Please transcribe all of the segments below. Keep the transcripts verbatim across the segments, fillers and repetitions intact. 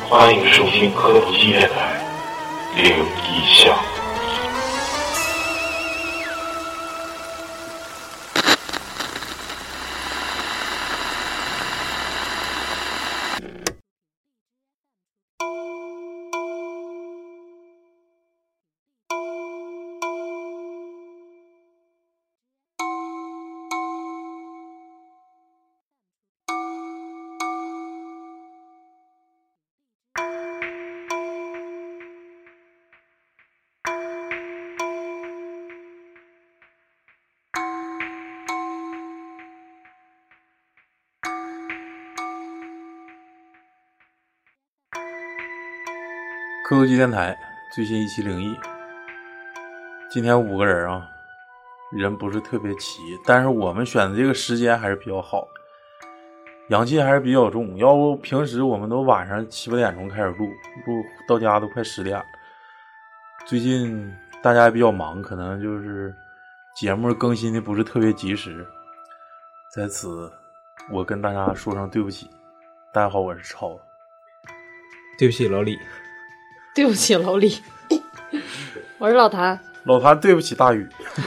欢迎收听科普纪电台灵异巷。 科科技电台最新一期灵异，今天五个人啊，人不是特别齐，但是我们选的这个时间还是比较好，阳气还是比较重，要不平时我们都晚上七八点钟开始录，录到家都快十点了。最近大家也比较忙，可能就是节目更新的不是特别及时，在此我跟大家说声对不起。大家好，我是超。 对不起老李。 对不起老李。我是老谭。 老谭对不起大宇。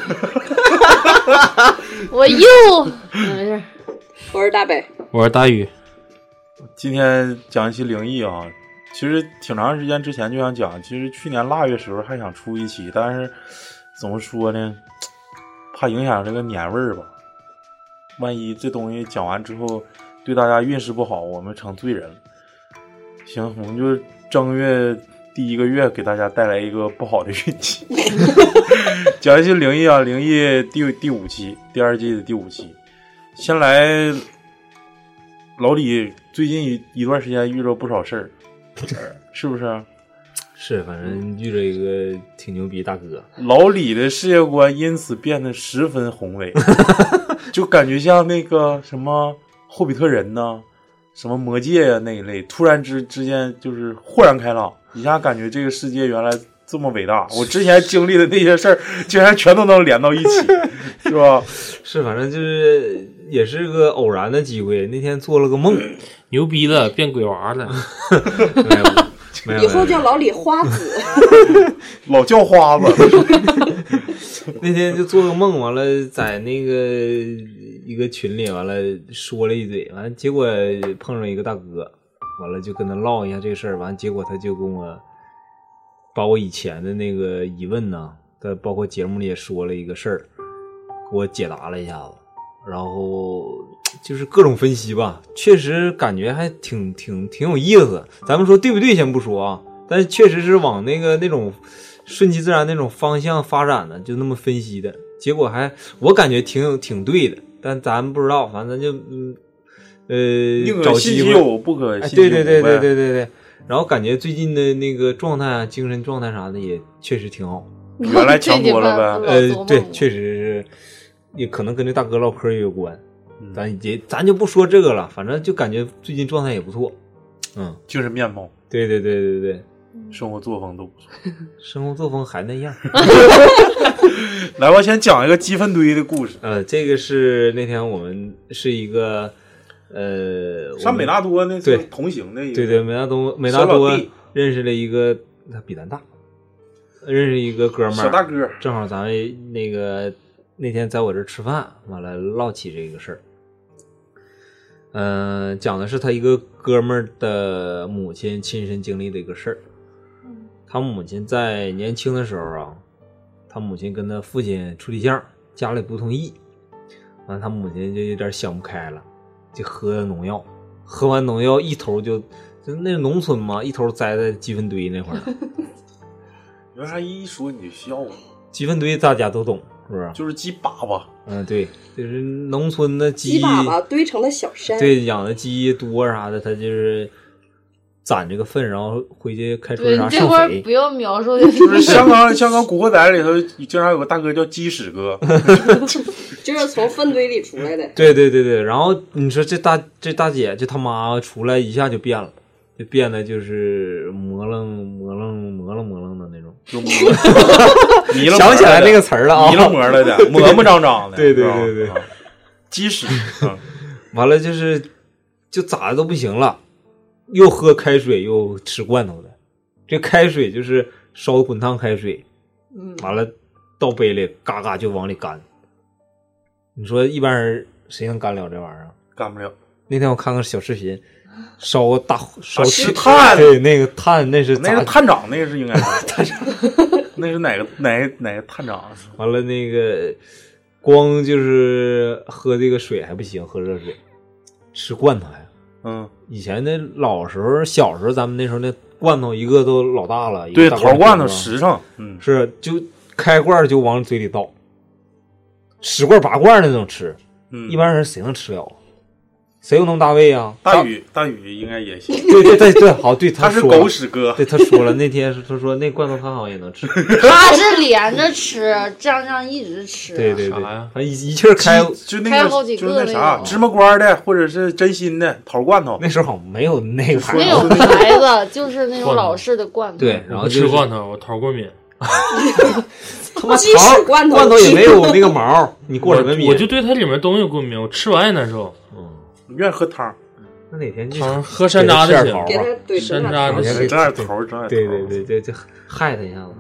我又没事。 我是大北。 我是大宇。 今天讲一期灵异啊，其实挺长时间之前就想讲，其实去年腊月时候还想出一期，但是怎么说呢，怕影响这个年味儿吧，万一这东西讲完之后对大家运势不好，我们成罪人了。行，我们就正月第一个月给大家带来一个不好的运气。讲一期灵异啊，灵异第第五期，第二季的第五期。先来老李，最近一一段时间遇到不少事儿，是不是？ 是，反正遇着一个挺牛逼大哥。 老李的世界观因此变得十分宏伟，就感觉像那个什么霍比特人呐、什么魔戒呀、啊、那一类，突然之之间就是豁然开朗，一下感觉这个世界原来这么伟大，我之前经历的那些事儿竟然全都能连到一起，是吧？ 是，反正就是也是个偶然的机会，那天做了个梦， 牛逼了，变鬼娃了。 没有没有， 以后叫老李花子。 老叫花子。 那天就做个梦，完了在那个一个群里，完了说了一嘴，完了结果碰上一个大哥，完了就跟他唠一下这事儿，完了结果他就跟我把我以前的那个疑问呢，他包括节目里也说了一个事儿，给我解答了一下子，然后就是各种分析吧，确实感觉还挺挺挺有意思。咱们说对不对先不说啊，但是确实是往那个那种顺其自然那种方向发展的，就那么分析的，结果还我感觉挺挺对的，但咱不知道，反正就嗯呃找机会有不可信、 哎、对对对对对对对。然后感觉最近的那个状态啊，精神状态啥的也确实挺好。 原来强多了呗。 呃，对，确实是，也可能跟这大哥唠嗑也有关。嗯、咱也咱就不说这个了，反正就感觉最近状态也不错。嗯， 精神面貌。 对对对对对， 生活作风都不错。 生活作风还那样。 来，我先讲一个鸡粪堆的故事。 呃，这个是那天我们是一个。呃， 上美纳多那对同行的一个， 对对，美纳多美纳多认识了一个，他比咱大，认识一个哥们儿， 小大哥， 正好咱们那个那天在我这儿吃饭，完了唠起这个事儿。嗯、呃，讲的是他一个哥们儿的母亲亲身经历的一个事儿。他母亲在年轻的时候啊，他母亲跟他父亲处对象，家里不同意，完了他母亲就有点想不开了。就喝农药，喝完农药一头就就那农村嘛，一头栽在鸡粪堆那块儿。 为啥一说你就笑啊？ 鸡粪堆大家都懂，是不是？ 就是鸡粑粑。 嗯，对，就是农村的鸡。 鸡粑粑堆成了小山。 对，养的鸡多啥的，它就是攒这个粪，然后回去开春啥上肥。 不要描述， 就是香港香港古惑仔里头经常有个大哥叫鸡屎哥。 就是从粪堆里出来的。 对对对对，然后你说这大这大姐就他妈出来一下就变了，就变得就是模棱模棱模棱模棱的那种，就迷了想起来那个词儿了啊， 迷了模了的，磨磨张张的。 对对对对， 鸡屎。 完了就是就咋的都不行了， 又喝开水又吃罐头的。这开水就是烧滚烫开水， 嗯， 完了倒杯里嘎嘎就往里干。你说一般人谁能干了这玩意儿？ 干不了。 那天我看个小视频，烧个大烧是炭， 对，那个炭那是那是探长，那个是应该是探长，那是哪个哪个哪个探长？ 完了那个光就是喝这个水还不行，喝热水，吃罐头还。 嗯， 以前那老时候小时候咱们那时候那罐头一个都老大了， 对， 桃罐头实诚，嗯， 是就开罐就往嘴里倒，十罐八罐那种吃， 嗯， 一般人谁能吃了？谁有那么大胃啊？ 大宇，大宇应该也行。 对对对对，好，对他是狗屎哥。 对他说了，那天他说那罐头他好像也能吃。 他是连着吃，这样这样一直吃。 对对对， 啥呀？ 一一气儿开， 就那个开好几就是个那啥芝麻罐的，或者是真心的桃罐头。 那时候好像没有那个牌没有牌子，就是那种老式的罐头。 对，然后吃罐头，我桃过敏。 他妈鸡屎罐头， 罐头也没有那个毛，你过什么敏？ 我就对它里面东西过敏，我吃完也难受。 嗯，你愿意喝汤？ 那哪天就汤喝山楂的行， 给他怼山楂的整点头，整点对对对对，就害他一下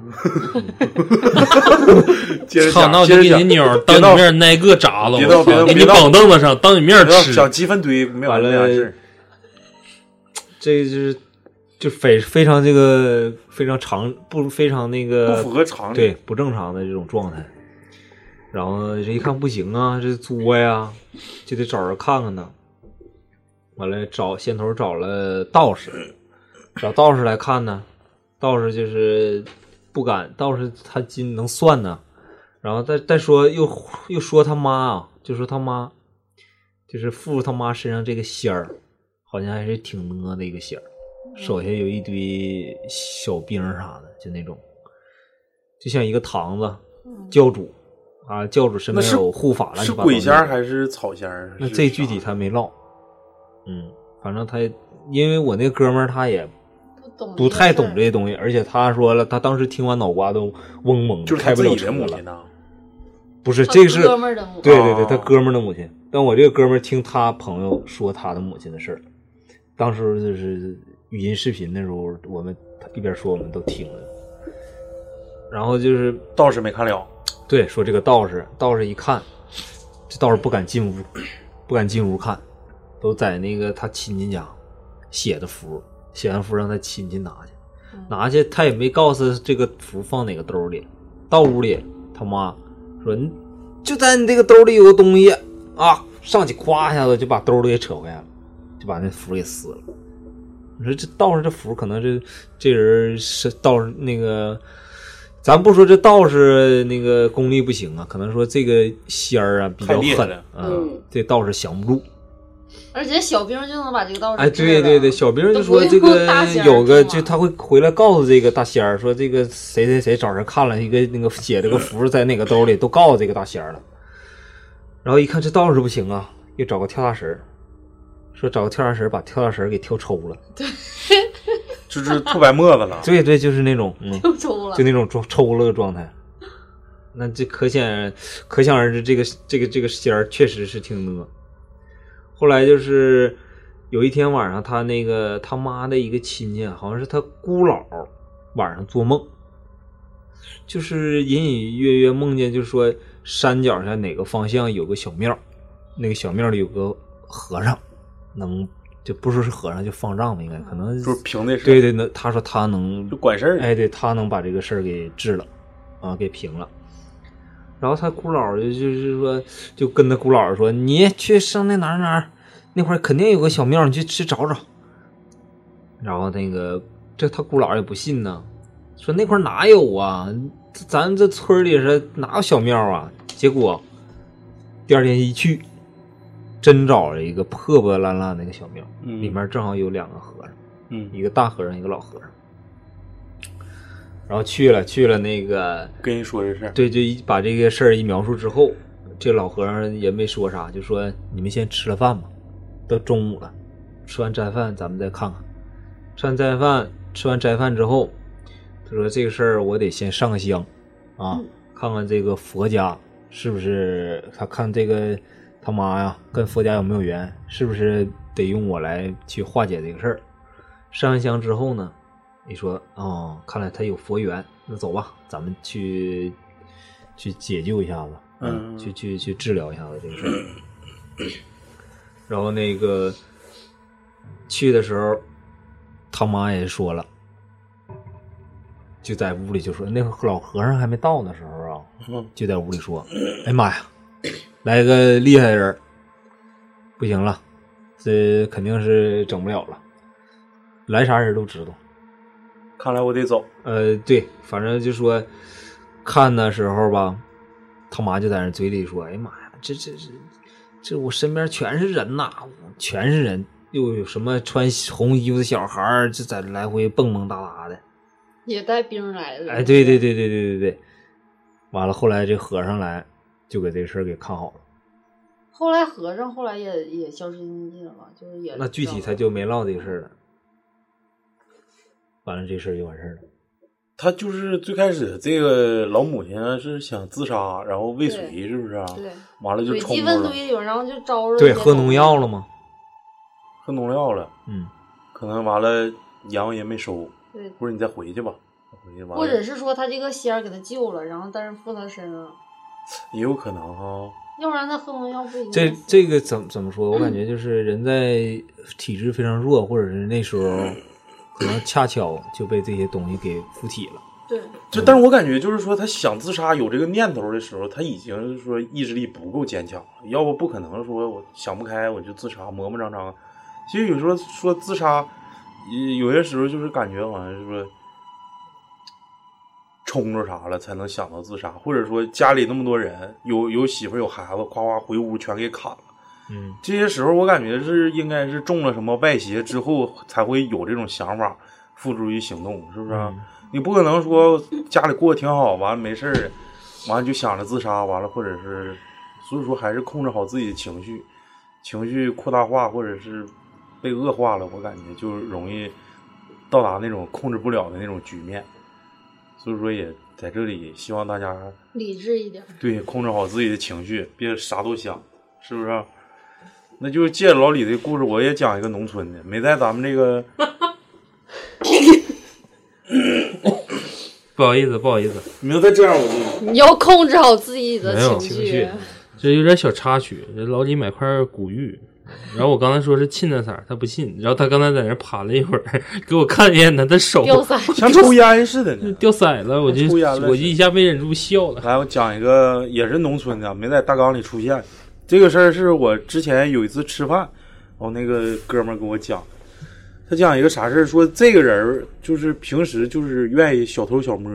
子。接着讲， 那我就给你扭当你面挨个炸了，给你绑凳子上当你面吃。 想鸡粪堆没有那样事。 这就是就非非常这个非常常不非常那个不符合常理， 对不正常的这种状态。然后这一看不行啊，这作呀，就得找人看看呢。完了找先头找了道士，找道士来看呢。道士就是不敢，道士他今能算呢。然后再再说又又说他妈啊，就说他妈就是附他妈身上这个仙儿，好像还是挺呢的一个仙儿，手下有一堆小兵啥的，就那种，就像一个堂子教主啊，教主身边有护法了， 是鬼仙还是草仙？ 那这具体他没唠。嗯，反正他因为我那哥们儿他也不太懂这些东西，而且他说了，他当时听完脑瓜都嗡嗡， 就是开不了车了。 不是，这个是哥们儿的母亲， 对对对，他哥们儿的母亲。但我这个哥们儿听他朋友说他的母亲的事儿，当时就是语音视频的时候，我们一边说我们都听了。然后就是道士没看了， 对，说这个道士，道士一看，这道士不敢进屋，不敢进屋看。都在那个他亲戚家写的符，写完符让他亲戚拿去，嗯、拿去他也没告诉这个符放哪个兜里。到屋里，他妈说：“就在你这个兜里有个东西啊！”上去咵一下子就把兜都给扯回来了，就把那符给撕了。你说这道士这符可能这这人是道士那个，咱不说这道士那个功力不行啊，可能说这个仙儿啊比较狠啊、嗯，这道士降不住。 而且小兵就能把这个道士， 哎，对对对，小兵就说这个有个，就他会回来告诉这个大仙儿说，这个谁谁谁找人看了一个那个写这个符在哪个兜里，都告诉这个大仙儿了。然后一看这道士不行啊，又找个跳大神，说找个跳大神把跳大神给跳抽了， 对， 就是吐白沫子了。 对对，就是那种嗯， 跳抽了， 就那种抽了的状态。那这可显可想而知，这个这个这个仙儿确实是挺呢。后来就是有一天晚上，他那个他妈的一个亲戚，好像是他姑姥，晚上做梦，就是隐隐约约梦见，就是说山脚下哪个方向有个小庙，那个小庙里有个和尚，能就不说是和尚，就方丈吧，应该可能就是平的事。 对对，那他说他能就管事儿， 哎，对他能把这个事儿给治了，啊，给平了。然后他姑姥就就是说，就跟他姑姥说：“你去上那哪儿哪儿，那块儿肯定有个小庙，你去去找找。”然后那个这他姑姥也不信呢，说那块儿哪有啊？咱这村里是哪有小庙啊？结果第二天一去，真找了一个破破烂烂那个小庙， 嗯、 里面正好有两个和尚， 嗯， 一个大和尚，一个老和尚。然后去了去了那个跟人说这事儿， 对，就一把这个事儿一描述之后，这老和尚也没说啥，就说你们先吃了饭吧，都中午了，吃完斋饭咱们再看看。吃完斋饭，吃完斋饭之后，他说这个事儿我得先上个香啊，嗯、看看这个佛家是不是，他看这个他妈呀跟佛家有没有缘，是不是得用我来去化解这个事儿。 上完香之后呢，你说哦，看来他有佛缘，那走吧，咱们去去解救一下子，嗯，去去去治疗一下子这个事儿。然后那个去的时候，他妈也说了，就在屋里就说，那个老和尚还没到的时候啊，就在屋里说，哎妈呀，来个厉害的人，不行了，这肯定是整不了了，来啥人都知道。 看来我得走。 呃，对，反正就说看的时候吧，他妈就在那嘴里说，哎妈呀，这这这这我身边全是人呐，全是人，又有什么穿红衣服的小孩就在来回蹦蹦哒哒的。 也带兵来的。 哎，对对对对对对对，完了后来这和尚来就给这事儿给看好了。 后来和尚后来也也销声匿迹了吧，就是也那具体他就没唠这个事儿了。完了这事儿就完事儿了。 他就是最开始这个老母亲是想自杀，然后未遂，是不是啊？ 对。 完了就冲了。问堆里，然后就招着。 对，喝农药了吗？ 喝农药了。 嗯。 可能完了阳也没收。 对。 或者你再回去吧。回去完了。 或者是说他这个仙儿给他救了，然后但是附他身上。 也有可能哈。 要不然他喝农药不一定。 这这个怎怎么说？我感觉就是人在体质非常弱，或者是那时候。可能恰巧就被这些东西给附体了。 对， 就但是我感觉就是说，他想自杀有这个念头的时候，他已经说意志力不够坚强了，要不不可能说我想不开我就自杀，磨磨张张。其实有时候说自杀，有些时候就是感觉好像是说冲着啥了才能想到自杀，或者说家里那么多人，有有媳妇有孩子，夸夸回屋全给砍了。 嗯， 这些时候我感觉是应该是中了什么外邪之后才会有这种想法付诸于行动，是不是、啊嗯、你不可能说家里过得挺好，完了没事儿，完了就想着自杀，完了或者是，所以说还是控制好自己的情绪，情绪扩大化或者是被恶化了，我感觉就容易到达那种控制不了的那种局面。所以说也在这里希望大家理智一点， 对，控制好自己的情绪，别啥都想，是不是、啊？那就借着老李的故事，我也讲一个农村的，没在咱们这个不好意思，不好意思， 没有再这样，我就你要控制好自己的情绪。 绪这有点小插曲，这老李买块古玉，然后我刚才说是沁的色，他不信，然后他刚才在那爬了一会儿，给我看一眼他的手， 掉色， 像抽烟似的呢， 掉色了，我就我就一下没忍住笑了。 来，我讲一个也是农村的，没在大纲里出现。这个事儿是我之前有一次吃饭，然后那个哥们儿跟我讲，他讲一个啥事儿，说这个人就是平时就是愿意小偷小摸。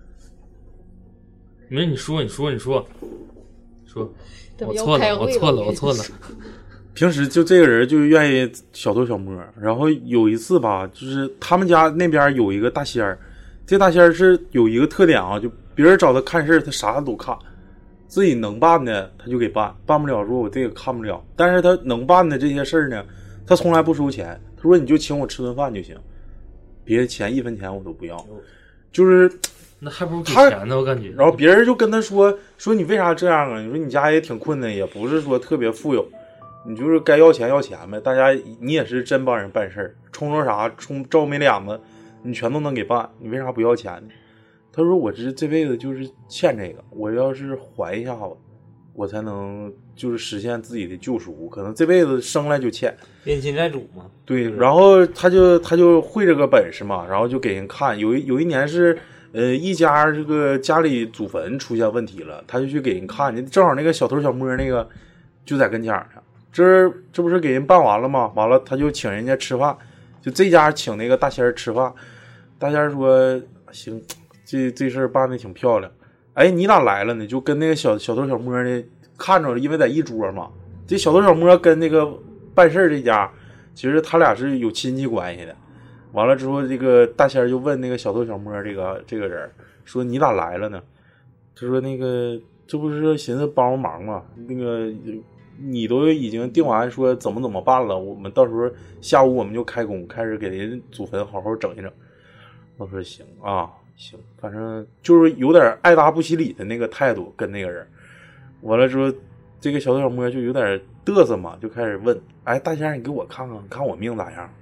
没，你说，你说，你说，说，我错了，我错了，我错了。 平时就这个人就愿意小偷小摸，然后有一次吧，就是他们家那边有一个大仙儿，这大仙儿是有一个特点啊，就别人找他看事儿，他啥都看。自己能办的他就给办，办不了说我这个看不了，但是他能办的这些事儿呢，他从来不收钱，他说你就请我吃顿饭就行，别的钱一分钱我都不要，就是那还不如给钱呢，我感觉。 然后别人就跟他说说你为啥这样啊？你说你家也挺困难，也不是说特别富有，你就是该要钱要钱呗，大家你也是真帮人办事儿，冲着啥冲照没脸子你全都能给办，你为啥不要钱呢？他说我这这辈子就是欠这个，我要是还一下子我才能就是实现自己的救赎，可能这辈子生来就欠， 冤亲债主嘛。 对，然后他就他就会这个本事嘛，然后就给人看，有一有一年是呃一家这个家里祖坟出现问题了，他就去给人看，正好那个小偷小摸那个就在跟前呢，这这不是给人办完了吗？完了他就请人家吃饭，就这家请那个大仙儿吃饭，大仙儿说行，这这事儿办的挺漂亮。哎，你咋来了呢？就跟那个小小偷小摸的看着了，因为在一桌嘛。这小偷小摸跟那个办事这家，其实他俩是有亲戚关系的。完了之后，这个大仙就问那个小偷小摸这个这个人说：“你咋来了呢？”他说：“那个这不是寻思帮帮忙嘛？那个你都已经定完说怎么怎么办了，我们到时候下午我们就开工，开始给人祖坟好好整一整。”我说：“行啊。”行，反正就是有点爱答不起理的那个态度跟那个人。完了之后，这个小偷小摸就有点嘚瑟嘛，就开始问：“哎，大仙，你给我看看，你看我命咋样？”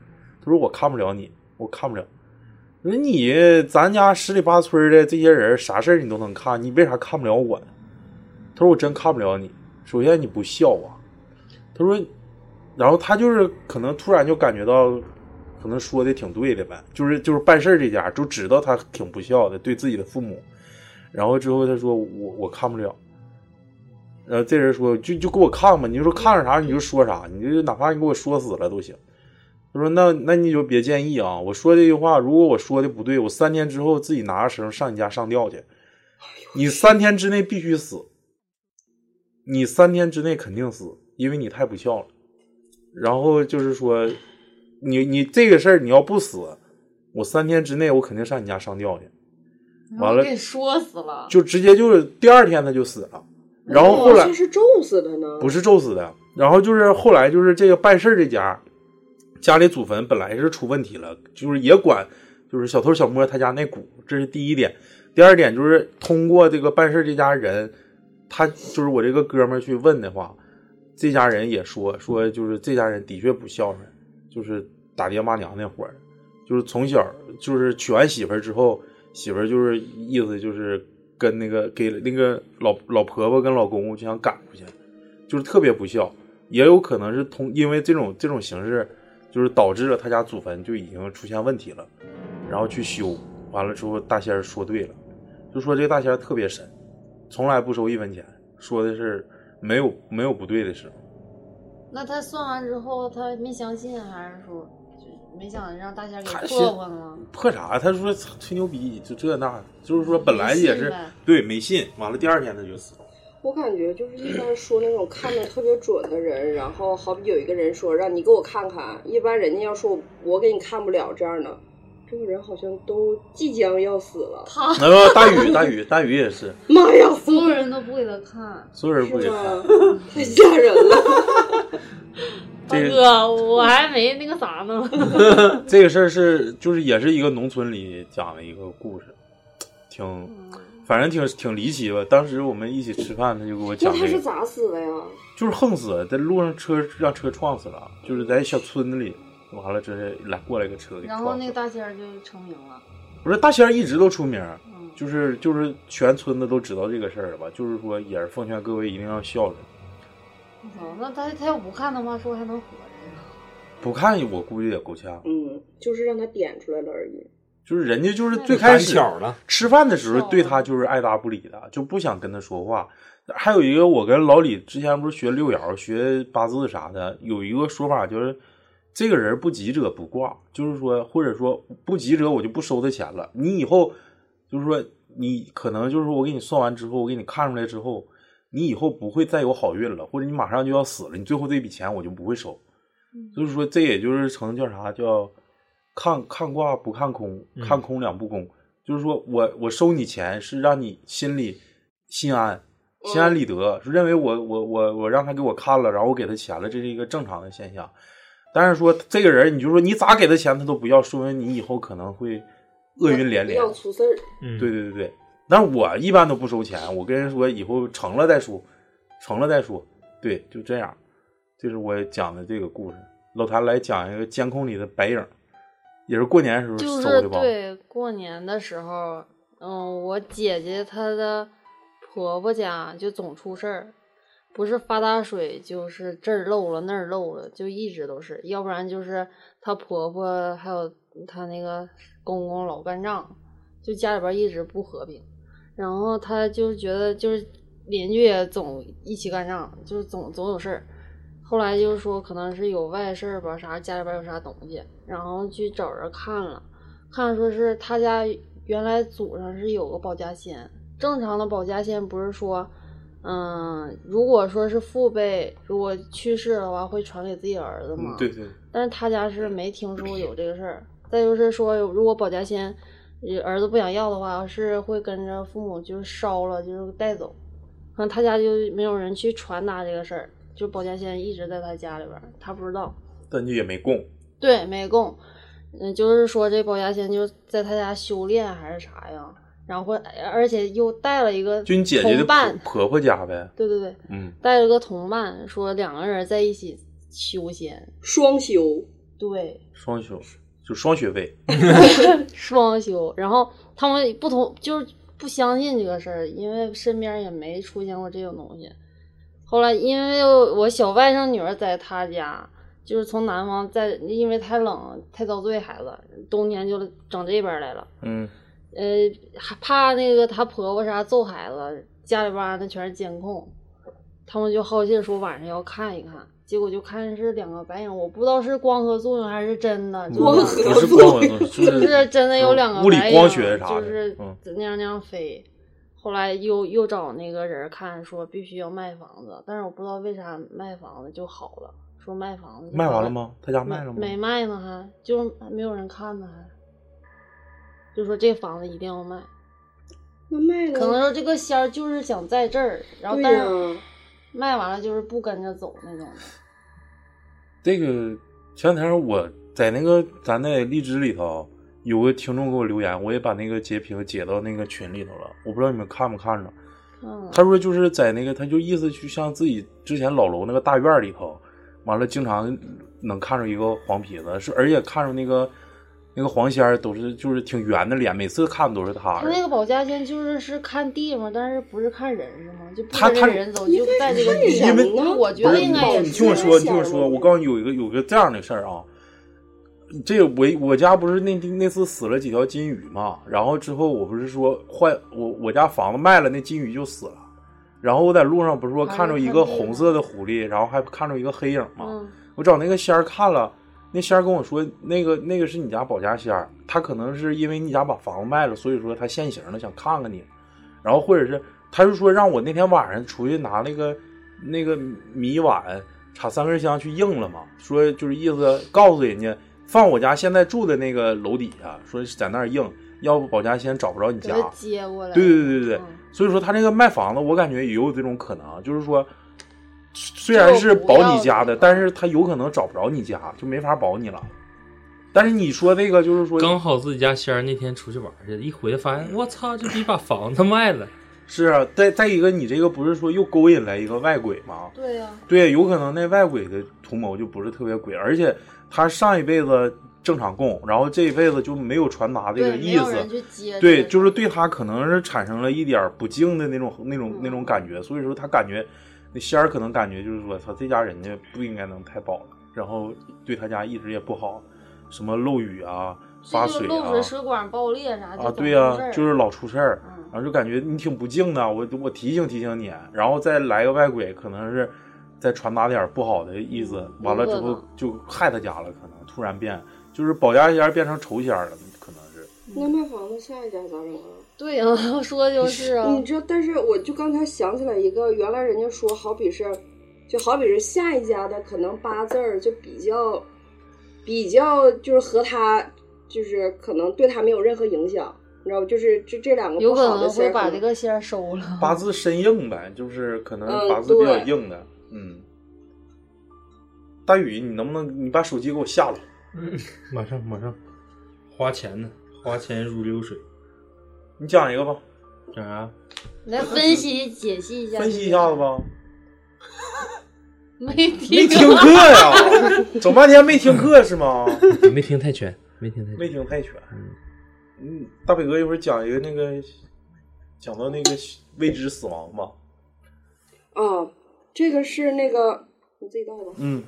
他说我看不了你，我看不了。我说你咱家十里八村的这些人啥事儿你都能看，你为啥看不了我呢？他说我真看不了你。首先你不孝啊，他说，然后他就是可能突然就感觉到，可能说的挺对的呗，就是就是办事这家就知道他挺不孝的，对自己的父母。然后之后他说我我看不了。然后这人说就就给我看吧，你就说看着啥你就说啥，你就哪怕你给我说死了都行。他说那那你就别建议啊，我说这句话如果我说的不对，我三天之后自己拿着绳上你家上吊去，你三天之内必须死，你三天之内肯定死，因为你太不孝了。然后就是说你你这个事儿你要不死，我三天之内我肯定上你家上吊去。完了给说死了， 就直接就是第二天他就死了。然后后来这是咒死的呢？ 不是咒死的。然后就是后来就是这个办事这家家里祖坟本来是出问题了，就是也管就是小偷小摸他家那股，这是第一点。第二点就是通过这个办事这家人，他就是我这个哥们儿去问的话，这家人也说说就是这家人的确不孝顺，就是打爹骂娘那伙儿，就是从小就是娶完媳妇儿之后，媳妇儿就是意思就是跟那个给那个老老婆婆跟老公公就想赶出去，就是特别不孝。也有可能是通因为这种这种形式，就是导致了他家祖坟就已经出现问题了，然后去修，完了之后大仙儿说对了，就说这个大仙儿特别神，从来不收一分钱，说的是没有没有不对的时候。 那他算完之后他没相信，还是说就没想让大仙给破破呢？ 破啥？他说吹牛逼，就这那，就是说本来也是对没信，完了第二天他就死了。 我感觉就是一般说那种看得特别准的人，然后好比有一个人说让你给我看看，一般人家要说我给你看不了这样的，这个人好像都即将要死了。 他那大宇大宇大宇也是， 妈呀， 所有人都不给他看， 所有人不给他看， 太吓人了。 大哥，我还没那个啥呢。 这个事儿是就是也是一个农村里讲的一个故事，挺反正挺挺离奇吧。当时我们一起吃饭，他就给我讲、这个。 那他是咋死的呀？ 就是横死，在路上车让车撞死了，就是在小村子里，完了这是来过来一个车给撞死了。 然后那个大仙儿就成名了。 不是大仙儿一直都出名， 嗯、 就是就是全村子都知道这个事儿了吧？就是说也是奉劝各位一定要孝顺。 哦，那他他要不看的话，说还能活着呀？ 不看我估计也够呛。 嗯，就是让他点出来了而已。 就是人家就是最开始了吃饭的时候对他就是爱答不理的，就不想跟他说话。还有一个我跟老李之前不是学六爻学八字啥的，有一个说法就是这个人不吉者不挂，就是说或者说不吉者我就不收他钱了。你以后就是说你可能就是说我给你算完之后，我给你看出来之后，你以后不会再有好运了，或者你马上就要死了，你最后这笔钱我就不会收。就是说这也就是成叫啥叫看看卦不看空，看空两不公、嗯、就是说我我收你钱是让你心里心安心安理得，是认为我我我我让他给我看了，然后我给他钱了，这是一个正常的现象。但是说这个人你就说你咋给他钱他都不要，说明你以后可能会厄运连连， 要出事儿。 对对对对，但是我一般都不收钱，我跟人说以后成了再说，成了再说，对，就这样。这是我讲的这个故事。老谭来讲一个监控里的白影，也是过年的时候搜的吧？ 就是对，过年的时候，嗯，我姐姐她的婆婆家就总出事儿，不是发大水，就是这儿漏了那儿漏了，就一直都是，要不然就是她婆婆还有她那个公公老干仗，就家里边一直不和平，然后她就觉得就是邻居也总一起干仗，就是总总有事儿。后来就说可能是有外事儿吧，啥家里边有啥东西，然后去找人看了，看说是他家原来祖上是有个保家仙，正常的保家仙不是说，嗯，如果说是父辈如果去世的话会传给自己儿子吗？ 嗯、对对。 但是他家是没听说有这个事儿。再就是说，如果保家仙儿子不想要的话，是会跟着父母就是烧了，就是带走。可能他家就没有人去传达这个事儿。就保家仙一直在他家里边，他不知道， 但就也没供， 对，没供，嗯，就是说这保家仙就在他家修炼还是啥呀？然后而且又带了一个就你姐姐的婆婆家呗， 对对对， 嗯， 带了个同伴，说两个人在一起修仙， 双修， 对， 双休就双学位， 双休。然后他们不同就是不相信这个事儿，因为身边也没出现过这种东西。后来因为我小外甥女儿在他家，就是从南方在，因为太冷太遭罪孩子，冬天就整这边来了。 嗯， 呃，还怕那个她婆婆啥揍孩子，家里边那全是监控，他们就好信说晚上要看一看，结果就看是两个白影，我不知道是光合作用还是真的，就光合不是光合作用， 就是真的有两个物理白影， 光学啥的， 就是嗯那样那样飞。后来又又找那个人看，说必须要卖房子，但是我不知道为啥卖房子就好了，说卖房子就卖完了吗？他家卖了吗？ 没卖呢，还就还没有人看呢，还就说这房子一定要卖。 那卖了， 可能说这个仙儿就是想在这儿，然后对但呀、 是卖完了就是不跟着走那种的。 这个前两天我在那个咱在荔枝里头有个听众给我留言，我也把那个截屏截到那个群里头了，我不知道你们看没看着。 嗯， 他说就是在那个，他就意思就像自己之前老楼那个大院里头，完了经常能看着一个黄皮子，是而且看着那个那个黄仙儿都是就是挺圆的脸，每次看都是他。 他那个保家仙就是是看地方，但是不是看人是吗？就不他他跟着人走，就在这个地因为方。我觉得不是你应该也是。 听我说，你听我说，我告诉你有一个有个这样的事儿啊。这我我家不是那那次死了几条金鱼嘛，然后之后我不是说换我我家房子卖了，那金鱼就死了，然后我在路上不是说看着一个红色的狐狸，然后还看着一个黑影嘛， 嗯、 我找那个仙儿看了，那仙儿跟我说那个那个是你家保家仙儿，他可能是因为你家把房子卖了，所以说他现形了想看看你，然后或者是他是说让我那天晚上出去拿那个那个米碗插三根香去应了嘛，说就是意思告诉人家放我家现在住的那个楼底下，说是在那儿应，要不保家仙找不着你家， 接过来。 对对对对对、嗯，所以说他这个卖房子，我感觉也有这种可能，就是说虽然是保你家的，但是他有可能找不着你家，就没法保你了。但是你说这个就是说， 刚好自己家仙儿那天出去玩去，一回来发现，我操，这逼把房子卖了。 是啊，再再一个，你这个不是说又勾引来一个外鬼吗？ 对呀、啊， 对，有可能那外鬼的图谋就不是特别鬼，而且他上一辈子正常供，然后这一辈子就没有传达这个意思， 对， 对，就是对他可能是产生了一点不敬的那种那种、嗯、那种感觉，所以说他感觉那仙儿可能感觉就是说，他这家人家不应该能太保了，然后对他家一直也不好，什么漏雨啊、发水啊、 漏水水管爆裂啥啊，对呀、啊，就是老出事儿。嗯，然后就感觉你挺不敬的，我我提醒提醒你，然后再来个外鬼，可能是再传达点不好的意思，嗯、完了之后就害他家了，可能突然变，就是保家仙变成仇仙了，可能是。 那卖房子下一家咋整啊？ 对呀、啊，我说的就是啊。 你知道，但是我就刚才想起来一个，原来人家说，好比是，就好比是下一家的，可能八字儿就比较，比较就是和他，就是可能对他没有任何影响。你知道，就是这这两个不好的仙儿，有可能会把这个仙儿收了。 八字深硬呗，就是可能八字比较硬的。嗯，嗯大宇，你能不能你把手机给我下了？ 嗯，马上马上，花钱呢，花钱如流水。 你讲一个吧， 讲啥？ 你来分析解析一下。 分析一下子吧。 没听没听课呀？整半天没听课是吗？ 没听太全，没听太全， 没听太全。嗯。嗯，大北哥一会儿讲一个那个，讲到那个未知死亡吧。 啊，这个是那个你自己倒吧。 嗯，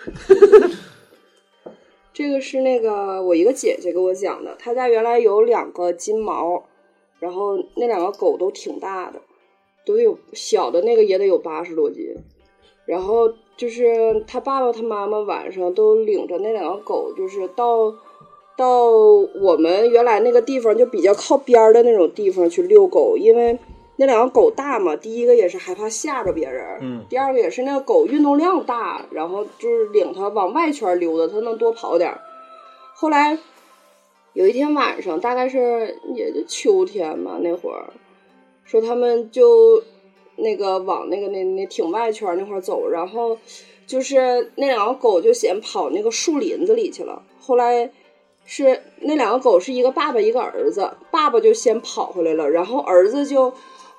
这个是那个我一个姐姐给我讲的，她家原来有两个金毛，然后那两个狗都挺大的，都得有小的那个也得有八十多斤，然后就是她爸爸她妈妈晚上都领着那两个狗，就是到。到我们原来那个地方就比较靠边的那种地方去遛狗，因为那两个狗大嘛，第一个也是害怕吓着别人， 嗯， 第二个也是那个狗运动量大，然后就是领它往外圈溜达，它能多跑点。后来有一天晚上，大概是也就秋天吧，那会儿说他们就那个往那个那那挺外圈那块儿走，然后就是那两个狗就先跑那个树林子里去了，后来。是那两个狗是一个爸爸一个儿子，爸爸就先跑回来了，然后儿子就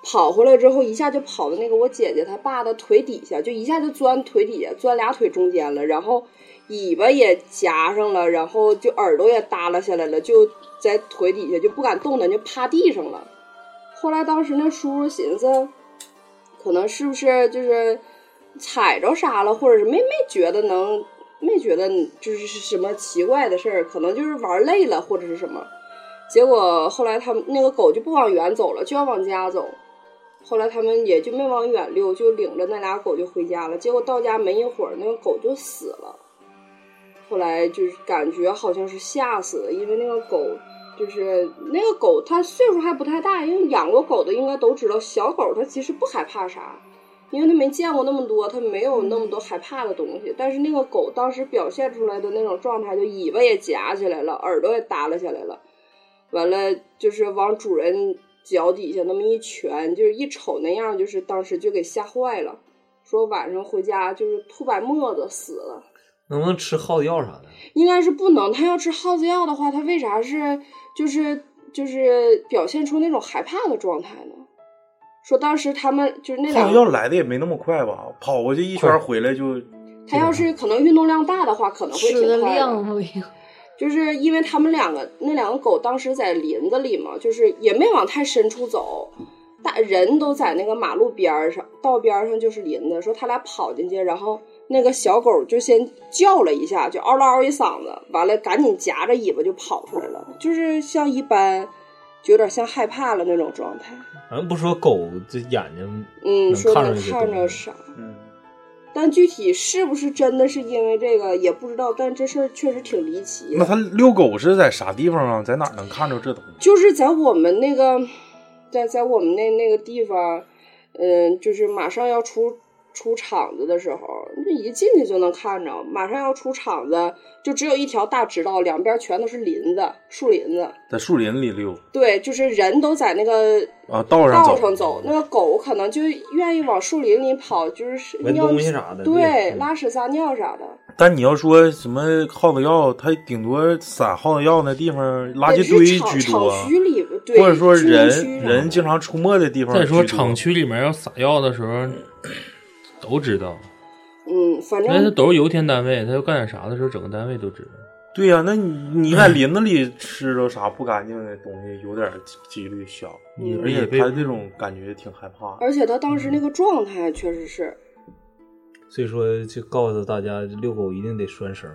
跑回来之后一下就跑到那个我姐姐她爸的腿底下，就一下就钻腿底下，钻俩腿中间了，然后尾巴也夹上了，然后就耳朵也耷拉下来了，就在腿底下就不敢动弹，就趴地上了。后来当时那叔叔寻思可能是不是就是踩着啥了，或者是没没觉得能没觉得就是什么奇怪的事儿，可能就是玩累了或者是什么。结果后来他们那个狗就不往远走了，就要往家走。后来他们也就没往远溜，就领着那俩狗就回家了。结果到家没一会儿，那个狗就死了。后来就是感觉好像是吓死的，因为那个狗就是那个狗它岁数还不太大，因为养过狗的应该都知道，小狗它其实不害怕啥，因为它没见过那么多，它没有那么多害怕的东西。但是那个狗当时表现出来的那种状态，就尾巴也夹起来了，耳朵也耷拉下来了，完了就是往主人脚底下那么一拳，就是一瞅那样，就是当时就给吓坏了，说晚上回家就是吐白沫子死了。 能不能吃耗子药啥的？ 应该是不能，他要吃耗子药的话，他为啥是就是就是表现出那种害怕的状态呢？说当时他们就是那两耗子药来的也没那么快吧，跑过去一圈回来就。 他要是可能运动量大的话，可能会挺快的。 的就是因为他们两个那两个狗当时在林子里嘛，就是也没往太深处走，大人都在那个马路边上，道边上就是林子。说他俩跑进去，然后那个小狗就先叫了一下，就嗷嗷一嗓子，完了赶紧夹着尾巴就跑出来了，就是像一般，就有点像害怕了那种状态。 好像不说狗这眼睛， 嗯，说能看看着啥， 嗯。 但具体是不是真的是因为这个也不知道，但这事儿确实挺离奇的。 那他遛狗是在啥地方啊？在哪儿能看着这东西？ 就是在我们那个，在在我们那那个地方，嗯，就是马上要出出场子的时候，这一进去就能看着。马上要出场子，就只有一条大直道，两边全都是林子，树林子， 在树林里溜。 对，就是人都在那个啊道上道上走，那个狗可能就愿意往树林里跑，就是闻东西啥的， 对，拉屎撒尿啥的。 但你要说什么耗子药，它顶多撒耗子药那地方垃圾堆居多， 厂区里对， 或者说人人经常出没的地方。 再说厂区里面要撒药的时候，都知道。 嗯，反正那他都是油田单位，他要干点啥的时候，整个单位都知道。 对呀、啊，那你你在林子里吃着啥不干净的东西，有点几率小， 嗯、 而且他这种感觉挺害怕。 而且他当时那个状态确实是。 所以说，就告诉大家，遛狗一定得拴绳。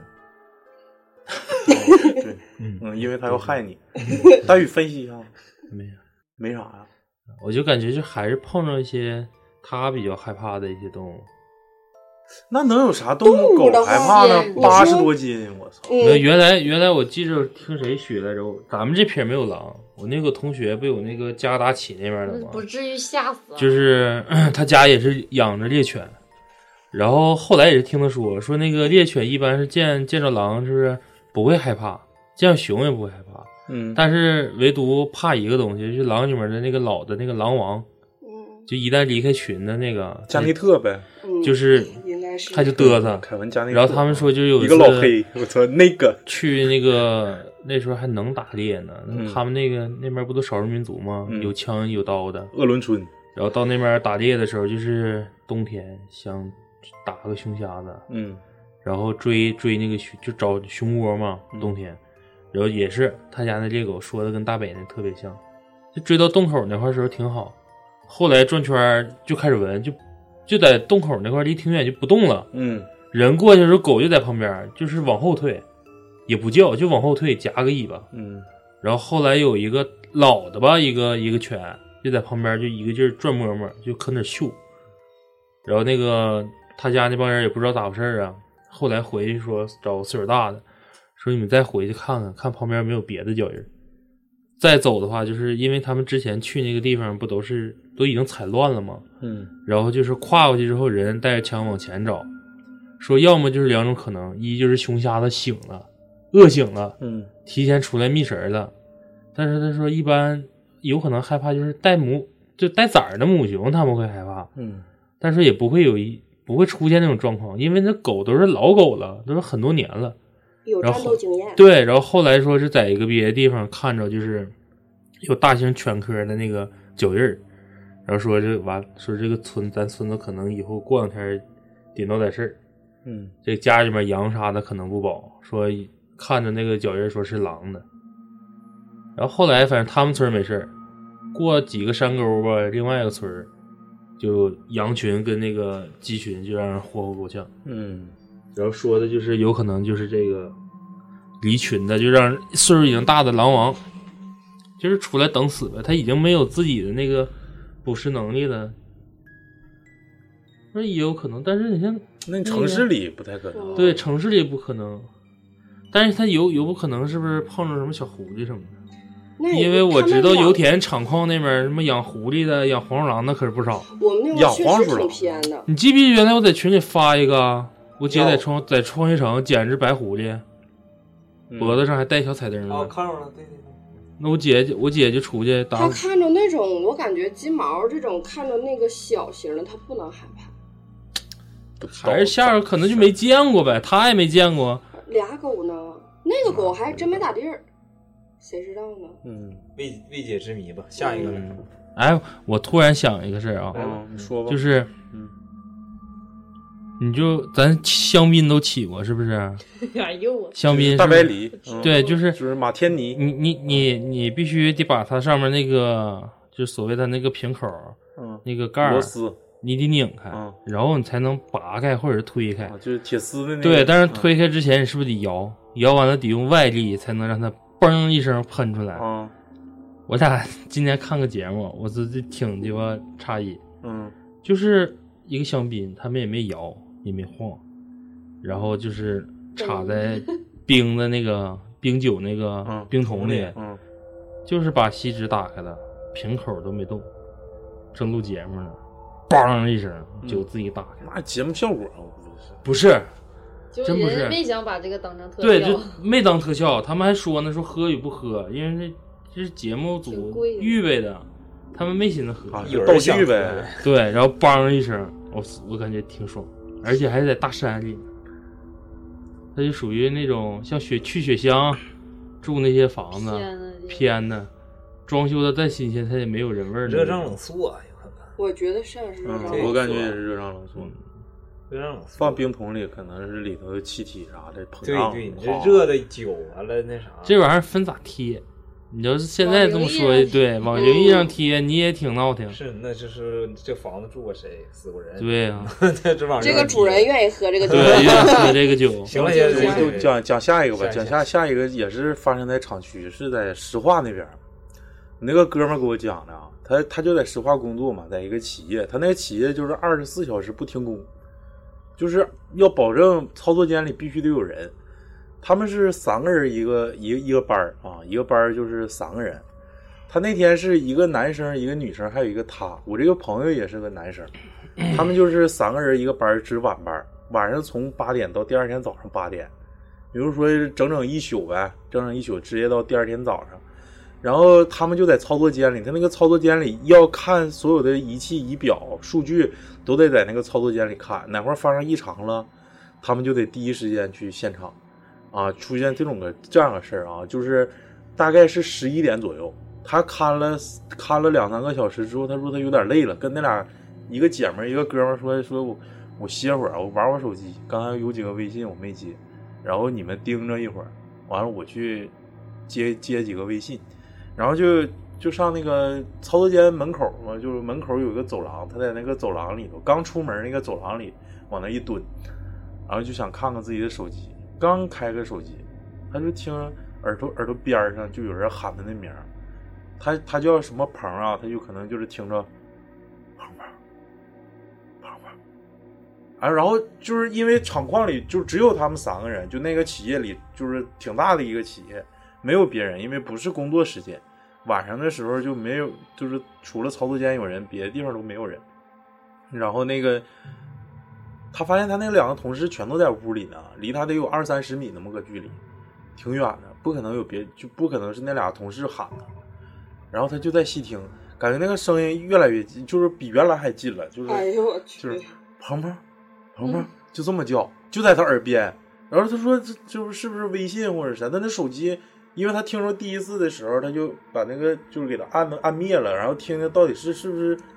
对，嗯嗯，因为他要害你。大宇分析一下， 没有， 没啥呀。 我就感觉就还是碰着一些他比较害怕的一些动物。 那能有啥动物狗害怕呢？八十多斤，我操！ 嗯、原来原来我记着听谁学来着，咱们这片没有狼，我那个同学不有那个加达奇那边的吗？ 不至于吓死。 就是他家也是养着猎犬，然后后来也是听他说说那个猎犬一般是见见着狼就是不会害怕，见着熊也不会害怕， 嗯， 但是唯独怕一个东西，就是狼里面的那个老的那个狼王。就一旦离开群的那个加内特呗， 就是他就嘚瑟， 凯文加内特。 然后他们说就有一个老黑，我操，那个去那个那时候还能打猎呢， 嗯、 他们那个那边不都少数民族吗？ 嗯、 有枪有刀的。 鄂伦春。 然后到那边打猎的时候，就是冬天想打个熊瞎子， 嗯， 然后追追那个熊，就找熊窝嘛，冬天，然后也是他家那猎狗说的跟大北那特别像，就追到洞口那块时候挺好。后来转圈就开始闻，就就在洞口那块离挺远就不动了。 嗯， 人过去的时候，狗就在旁边，就是往后退，也不叫，就往后退，夹个尾巴。 嗯， 然后后来有一个老的吧，一个一个犬就在旁边，就一个劲儿转摸摸，就搁那嗅。然后那个他家那帮人也不知道咋回事啊，后来回去说找岁数大的，说你们再回去看看，看旁边没有别的脚印。再走的话，就是因为他们之前去那个地方不都是都已经踩乱了吗？ 嗯， 然后就是跨过去之后，人带着枪往前找，说要么就是两种可能，一就是熊瞎子醒了，饿醒了， 嗯， 提前出来觅食了。但是他说一般有可能害怕就是带母就带崽儿的母熊他们会害怕， 嗯， 但是也不会有一不会出现那种状况，因为那狗都是老狗了，都是很多年了。 有战斗经验。 对，然后后来说是在一个别的地方看着，就是有大型犬科的那个脚印儿， 然后说这完说这个村咱村子可能以后过两天得闹点事儿， 嗯， 这家里面羊啥的可能不保，说看着那个脚印说是狼的。然后后来反正他们村没事儿，过几个山沟吧，另外一个村就羊群跟那个鸡群就让人活活够呛。 嗯， 然后说的就是有可能就是这个离群的，就让岁数已经大的狼王就是出来等死呗，他已经没有自己的那个捕食能力了。那也有可能，但是你像那城市里不太可能。 对，城市里不可能，但是他有有不可能是不是碰着什么小狐狸什么的？因为我知道油田厂矿那边什么养狐狸的、养黄鼠狼的可是不少。 我们那养确黄鼠狼实挺偏的。 你记不记得原来我在群里发一个，我姐在创在创业城捡只白狐狸， 嗯、 脖子上还带小彩灯。 哦，看着了，对对对。 那我姐我姐就出去打。 他看着那种，我感觉金毛这种看着那个小型的，他不能害怕。 还是下边可能就没见过呗，他也没见过。 俩狗呢，那个狗还真没咋地儿。谁知道呢？ 嗯，未未解之谜吧。下一个来、嗯。 哎，我突然想一个事儿啊， 嗯，你说吧。 就是，嗯，你就咱香槟都起过是不是？ 哎呦， 香槟大白梨， 嗯、对，就是就是马天尼。 你你你你必须得把它上面那个，就所谓的那个瓶口， 嗯， 那个盖儿螺丝， 你得拧开， 嗯， 然后你才能拔开或者是推开， 啊、就是铁丝的那个。 对，但是推开之前你是不是得摇？摇完了得用外力才能让它。嘣一声喷出来， 嗯， 我俩今天看个节目，我这这挺鸡巴诧异， 嗯， 就是一个香槟，他们也没摇也没晃，然后就是插在冰的那个冰酒那个冰桶里， 嗯， 就是把锡纸打开了，瓶口都没动，正录节目呢，嘣一声酒自己打开， 那、嗯、节目效果不是。 真不是，没想把这个当成特效， 对，就没当特效。他们还说呢，说喝与不喝，因为这这是节目组预备的，他们没寻思喝， 啊、道具呗。 对，然后梆一声，我我感觉挺爽，而且还是在大山里，它就属于那种像雪去雪乡住那些房子偏的，装修的再新鲜，它也没有人味儿。 热胀冷缩啊，有可能。 我觉得像是热胀冷缩、 嗯，我感觉也是热胀冷缩。 嗯热胀冷缩放冰桶里可能是里头的气体啥的膨胀。 对对，你这热的酒完了那啥。 这玩意儿分咋贴？你要是现在这么说，对，往灵异上贴，你也挺闹挺。 是，那就是这房子住过谁，死过人。 对呀、 啊，这往这个主人愿意喝这个酒， 对，愿意喝这个酒。 行了， 就就讲讲下一个吧，讲下下一个也是发生在厂区，是在石化那边。那个哥们儿给我讲的啊，他他就在石化工作嘛，在一个企业，他那个企业就是二十四小时不停工。就是要保证操作间里必须得有人，他们是三个人一个一个一个班啊，一个班就是三个人。他那天是一个男生一个女生还有一个他，我这个朋友也是个男生，他们就是三个人一个班值晚班，晚上从八点到第二天早上八点，比如说整整一宿呗，整整一宿直接到第二天早上。然后他们就在操作间里，他那个操作间里要看所有的仪器仪表数据都得在那个操作间里看，哪块发生异常了，他们就得第一时间去现场啊。出现这种个这样的事儿啊，就是大概是十一点左右，他看了看了两三个小时之后，他说他有点累了，跟那俩一个姐们儿一个哥们儿说说我我歇会儿，我玩会儿手机，刚才有几个微信我没接，然后你们盯着一会儿，完了我去接接几个微信。然后就就上那个操作间门口嘛，就是门口有一个走廊，他在那个走廊里头，刚出门那个走廊里往那一蹲，然后就想看看自己的手机，刚开个手机，他就听耳朵耳朵边上就有人喊他的名儿，他他叫什么鹏啊，他就可能就是听着鹏鹏鹏鹏，啊，然后就是因为厂矿里就只有他们三个人，就那个企业里就是挺大的一个企业。没有别人，因为不是工作时间，晚上的时候就没有，就是除了操作间有人，别的地方都没有人。然后那个他发现他那两个同事全都在屋里呢，离他得有二三十米那么个距离，挺远的，不可能有别，就不可能是那俩同事喊的。然后他就在细听，感觉那个声音越来越近，就是比原来还近了，就是哎呦我去， 就是鹏鹏鹏鹏，就这么叫，就在他耳边。然后他说这就是是不是微信或者啥？他那手机。因为他听说第一次的时候，他就把那个就是给他按按灭了，然后听听到底是是不是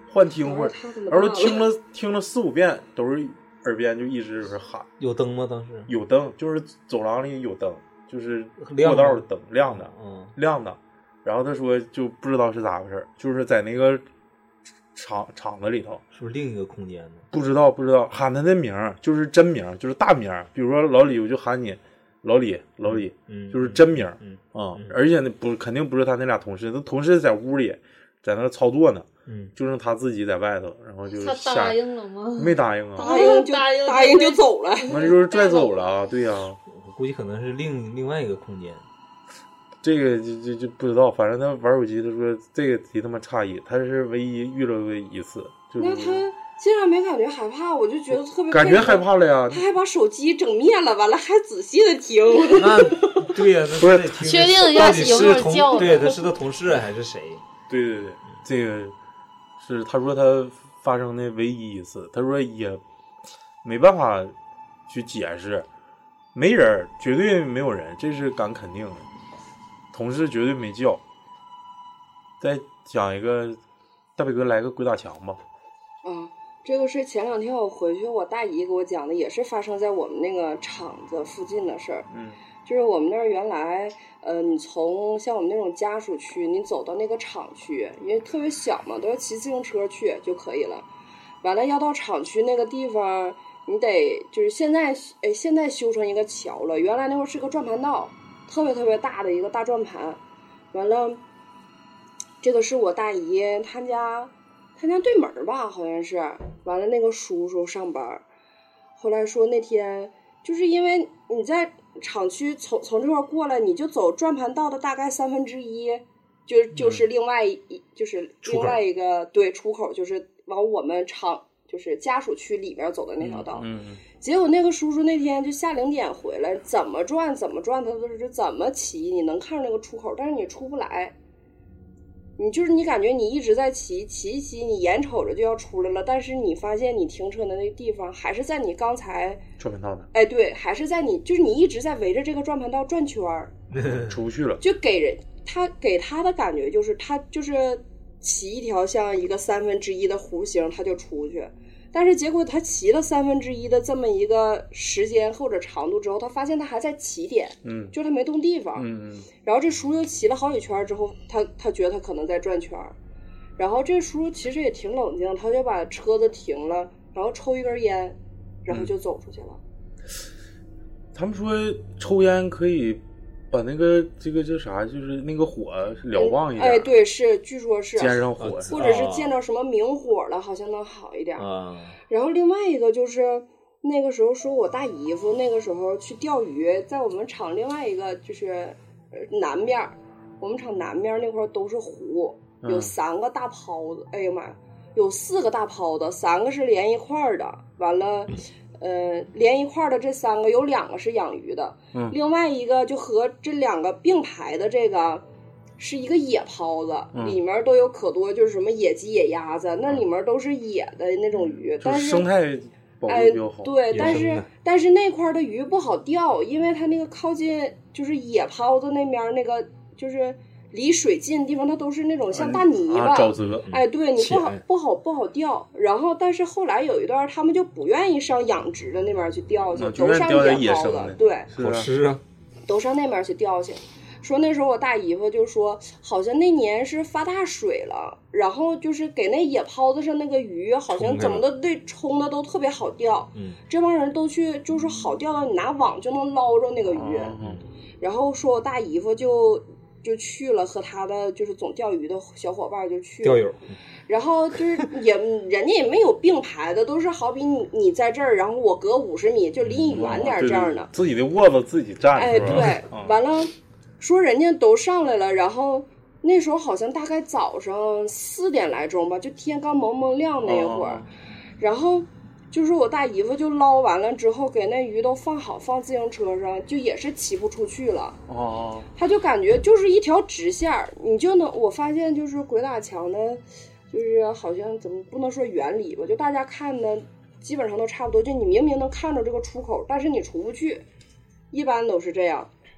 换听会儿，然后然听了听了四五遍，都是耳边就一直是喊。 有灯吗？当时有灯，就是走廊里有灯，就是亮吗过道的灯亮的， 嗯， 亮的。然后他说就不知道是咋回事，就是在那个厂厂子里头， 是不是另一个空间呢？ 不知道不知道喊他的名儿，就是真名儿，就是大名儿。比如说老李，我就喊你老李，老李， 嗯， 就是真名儿， 嗯啊、 嗯而且呢不肯定不是他那俩同事，他同事在屋里在那操作呢， 嗯， 就剩他自己在外头，然后就他下答应了吗？ 没答应啊， 答应就答应答应就走了。 那就是拽走了啊，对呀、啊。 我估计可能是另另外一个空间。 这个就就就不知道，反正他玩手机，他说这个贼他妈诧异，他是唯一遇了过一次，就是那他竟然没感觉害怕，我就觉得特别感觉害怕了呀。 他还把手机整灭了，完了还仔细的听。 那对呀、那不是得听确定一下到底是有没有叫同的对他是他同事还是谁？ 对对对，这个是他说他发生的唯一一次，他说也没办法去解释，没人，绝对没有人，这是敢肯定的，同事绝对没叫。再讲一个，大北哥来个鬼打墙吧。 啊，这个是前两天我回去，我大姨给我讲的，也是发生在我们那个厂子附近的事儿。 嗯， 就是我们那儿原来，呃，你从像我们那种家属区，你走到那个厂区，因为特别小嘛，都要骑自行车去就可以了。完了要到厂区那个地方，你得就是现在，哎，现在修成一个桥了，原来那会儿是个转盘道，特别特别大的一个大转盘。完了，这个是我大姨他家。他家对门吧，好像是。完了，那个叔叔上班，后来说那天就是因为你在厂区从从这块过来，你就走转盘道的大概三分之一，就就是另外一、嗯、就是另外一个对出口，就是往我们厂就是家属区里边走的那条道。 嗯，嗯结果那个叔叔那天就下零点回来，怎么转怎么转，他都是怎么骑，你能看着那个出口，但是你出不来。你就是你感觉你一直在骑骑一骑，你眼瞅着就要出来了，但是你发现你停车的那个地方还是在你刚才转盘道的， 哎对，还是在你就是你一直在围着这个转盘道转圈儿， 出不去了。 就给人他给他的感觉就是他就是骑一条像一个三分之一的弧形，他就出去。但是结果他骑了三分之一的这么一个时间或者长度之后，他发现他还在起点， 嗯， 就他没动地方， 嗯嗯， 然后这叔又骑了好几圈之后，他他觉得他可能在转圈，然后这叔其实也挺冷静，他就把车子停了，然后抽一根烟，然后就走出去了。 嗯、他们说抽烟可以把那个这个叫啥，就是那个火瞭望一点。 哎，对，是，据说是见上火， 或者是见到什么明火了，好像能好一点。 啊。 然后另外一个就是那个时候说我大姨夫那个时候去钓鱼，在我们厂另外一个就是南面，我们厂南面那块都是湖，有三个大泡子，嗯、哎呀妈呀，有四个大泡子，三个是连一块儿的，完了。呃，连一块儿的这三个有两个是养鱼的， 嗯， 另外一个就和这两个并排的这个是一个野泡子， 嗯、 里面都有可多就是什么野鸡、野鸭子，那里面都是野的那种鱼， 嗯、 但是生态保护比较好。 哎、对，但是但是那块的鱼不好钓，因为它那个靠近就是野泡子那边那个就是离水近的地方，它都是那种像大泥巴， 啊、沼泽。 哎，对你不好不好不好钓。然后，但是后来有一段，他们就不愿意上养殖的那边去钓去， 啊、 都上野泡子，对， 好吃啊， 都上那边去钓去。说那时候我大姨夫就说，好像那年是发大水了，然后就是给那野泡子上那个鱼，好像怎么的对冲的都特别好钓。 嗯， 这帮人都去，就是好钓到你拿网就能捞着那个鱼。 嗯、 然后说我大姨夫就。就去了，和他的就是总钓鱼的小伙伴就去了钓友， 然后就是也人家也没有并排的，都是好比你你在这儿，然后我隔五十米就离你远点这样的， 嗯、自己的窝子自己站。 哎，对，嗯、完了说人家都上来了，然后那时候好像大概早上四点来钟吧，就天刚蒙蒙亮那会儿， 哦、 然后。就是我大姨夫就捞完了之后，给那鱼都放好，放自行车上，就也是骑不出去了。 哦， 他就感觉就是一条直线，你就能我发现就是鬼打墙的，就是好像怎么不能说原理吧，就大家看的基本上都差不多。就你明明能看着这个出口，但是你出不去，一般都是这样。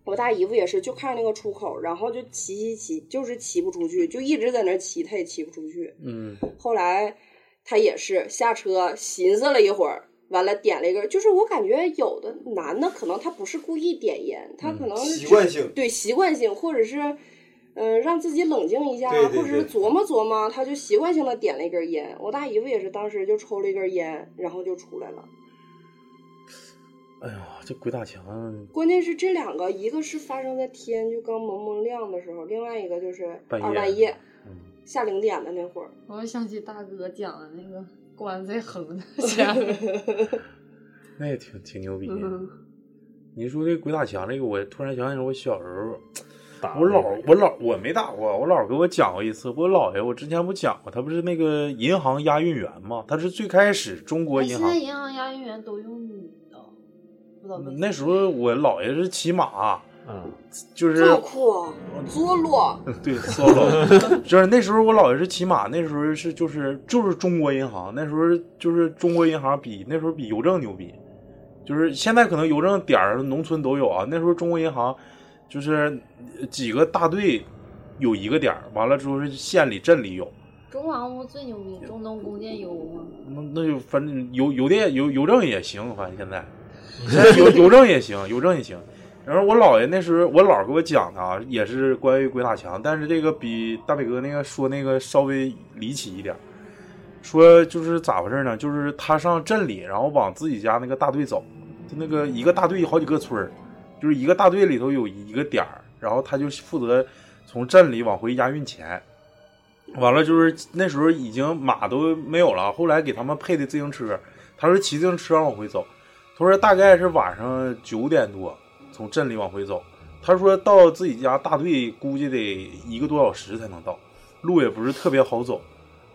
我大姨夫也是，就看那个出口，然后就骑骑骑，就是骑不出去，就一直在那骑，他也骑不出去。 嗯， 后来他也是下车寻思了一会儿，完了点了一根，就是我感觉有的男的可能他不是故意点烟，他可能是、 嗯、习惯性， 对习惯性，或者是嗯、呃、让自己冷静一下， 对对对， 或者是琢磨琢磨，他就习惯性的点了一根烟。我大姨夫也是当时就抽了一根烟，然后就出来了。 哎呀，这鬼打墙！ 关键是这两个，一个是发生在天就刚蒙蒙亮的时候，另外一个就是二半夜， 嗯， 下零点的那会儿。 我就想起大哥讲的那个棺材横的下那也挺挺牛逼的。 嗯、 你说这鬼打墙这个，我突然想起我小时候，我姥我姥我没打过，我姥给我讲过一次。我姥爷我之前不讲过，他不是那个银行押运员吗？他是最开始中国银行， 现在银行押运员都用女的。 那时候我姥爷是骑马， 嗯， 就是这么酷，佐罗， 对，佐罗，就是那时候我姥爷是骑马，那时候是就是就是中国银行，那时候就是中国银行比那时候比邮政牛逼，就是现在可能邮政点儿农村都有啊，那时候中国银行就是几个大队有一个点儿，完了之后是县里镇里有。 中航不最牛逼，中东公建邮吗？ 那那就反正邮邮电邮邮政也行，反正现在。现在邮邮政也行，邮政也行。然后我姥爷那时候，我姥给我讲的啊，也是关于鬼打墙，但是这个比大北哥那个说那个稍微离奇一点。说就是咋回事呢？就是他上镇里，然后往自己家那个大队走，就那个一个大队好几个村儿，就是一个大队里头有一个点儿，然后他就负责从镇里往回押运钱。完了就是那时候已经马都没有了，后来给他们配的自行车，他说骑自行车往回走。他说大概是晚上九点多从镇里往回走，他说到自己家大队估计得一个多小时才能到，路也不是特别好走。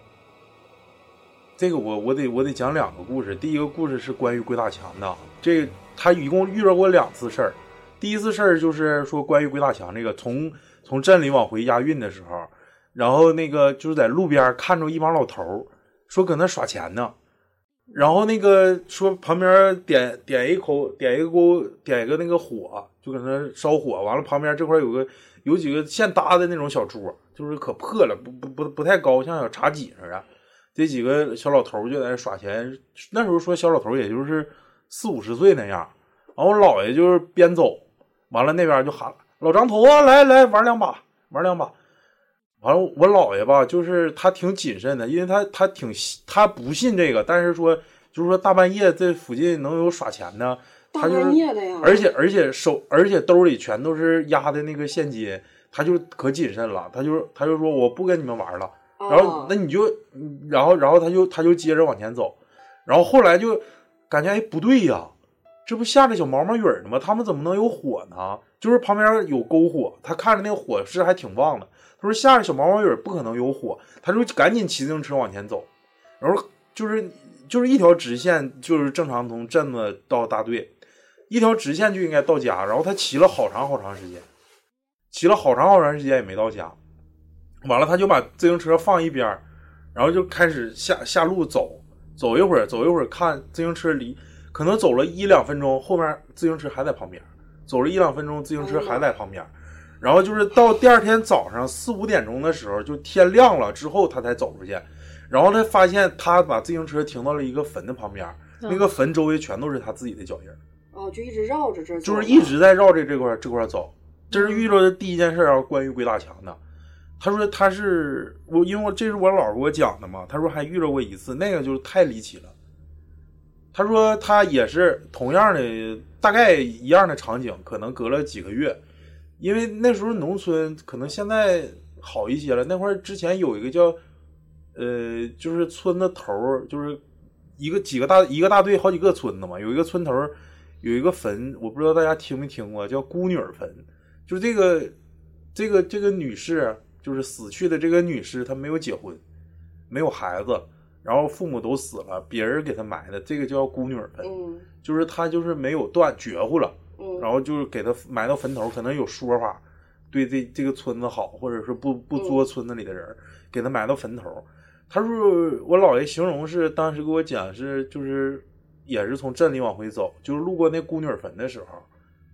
这个我我得我得讲两个故事。第一个故事是关于鬼打墙的，这个他一共遇到过两次事儿。第一次事儿就是说关于鬼打墙这个，从从镇里往回押运的时候，然后那个就是在路边看着一帮老头说搁那耍钱呢。然后那个说旁边点点一口点一个锅点一个那个火，就搁那烧火，完了旁边这块有个有几个现搭的那种小桌，就是可破了，不不不不太高，像小茶几似的。这几个小老头就在那耍钱，那时候说小老头也就是四五十岁那样。然后姥爷就是边走，完了那边就喊老张头啊，来来玩两把玩两把。完了，我姥爷吧，就是他挺谨慎的，因为他他挺他不信这个，但是说就是说大半夜这附近能有耍钱的，他就是大半夜的呀， 而且而且手而且兜里全都是压的那个现金，他就可谨慎了，他就他就说我不跟你们玩了， 哦、 然后那你就然后然后他就他就接着往前走，然后后来就感觉哎不对呀，这不下着小毛毛雨呢吗？他们怎么能有火呢？就是旁边有篝火，他看着那个火势还挺旺的。他说下着小毛毛雨不可能有火，他就赶紧骑自行车往前走，然后就是就是一条直线，就是正常从镇子到大队，一条直线就应该到家。然后他骑了好长好长时间，骑了好长好长时间也没到家。完了他就把自行车放一边，然后就开始下下路走，走一会儿走一会儿看自行车离可能走了一两分钟，后面自行车还在旁边，走了一两分钟自行车还在旁边。然后就是到第二天早上四五点钟的时候，就天亮了之后他才走出去，然后他发现他把自行车停到了一个坟的旁边，嗯、那个坟周围全都是他自己的脚印。 哦，就一直绕着这， 就是一直在绕着这块这块走。这是遇到的第一件事啊，关于鬼打墙的。他说他是我，因为我这是我姥给我讲的嘛。他说还遇到过一次，那个就是太离奇了。他说他也是同样的，大概一样的场景，可能隔了几个月。因为那时候农村可能现在好一些了，那会儿之前有一个叫呃就是村的头，就是一个几个大一个大队好几个村子嘛，有一个村头有一个坟，我不知道大家听没听过，叫孤女坟。就是这个这个这个女士，就是死去的这个女士，她没有结婚，没有孩子，然后父母都死了，别人给她埋的，这个叫孤女坟。 嗯， 就是她就是没有断绝户了。 嗯， 然后就是给他埋到坟头，可能有说法，对这这个村子好，或者是不不作村子里的人，嗯、给他埋到坟头。他说我姥爷形容是当时给我讲是就是也是从镇里往回走，就是路过那孤女坟的时候，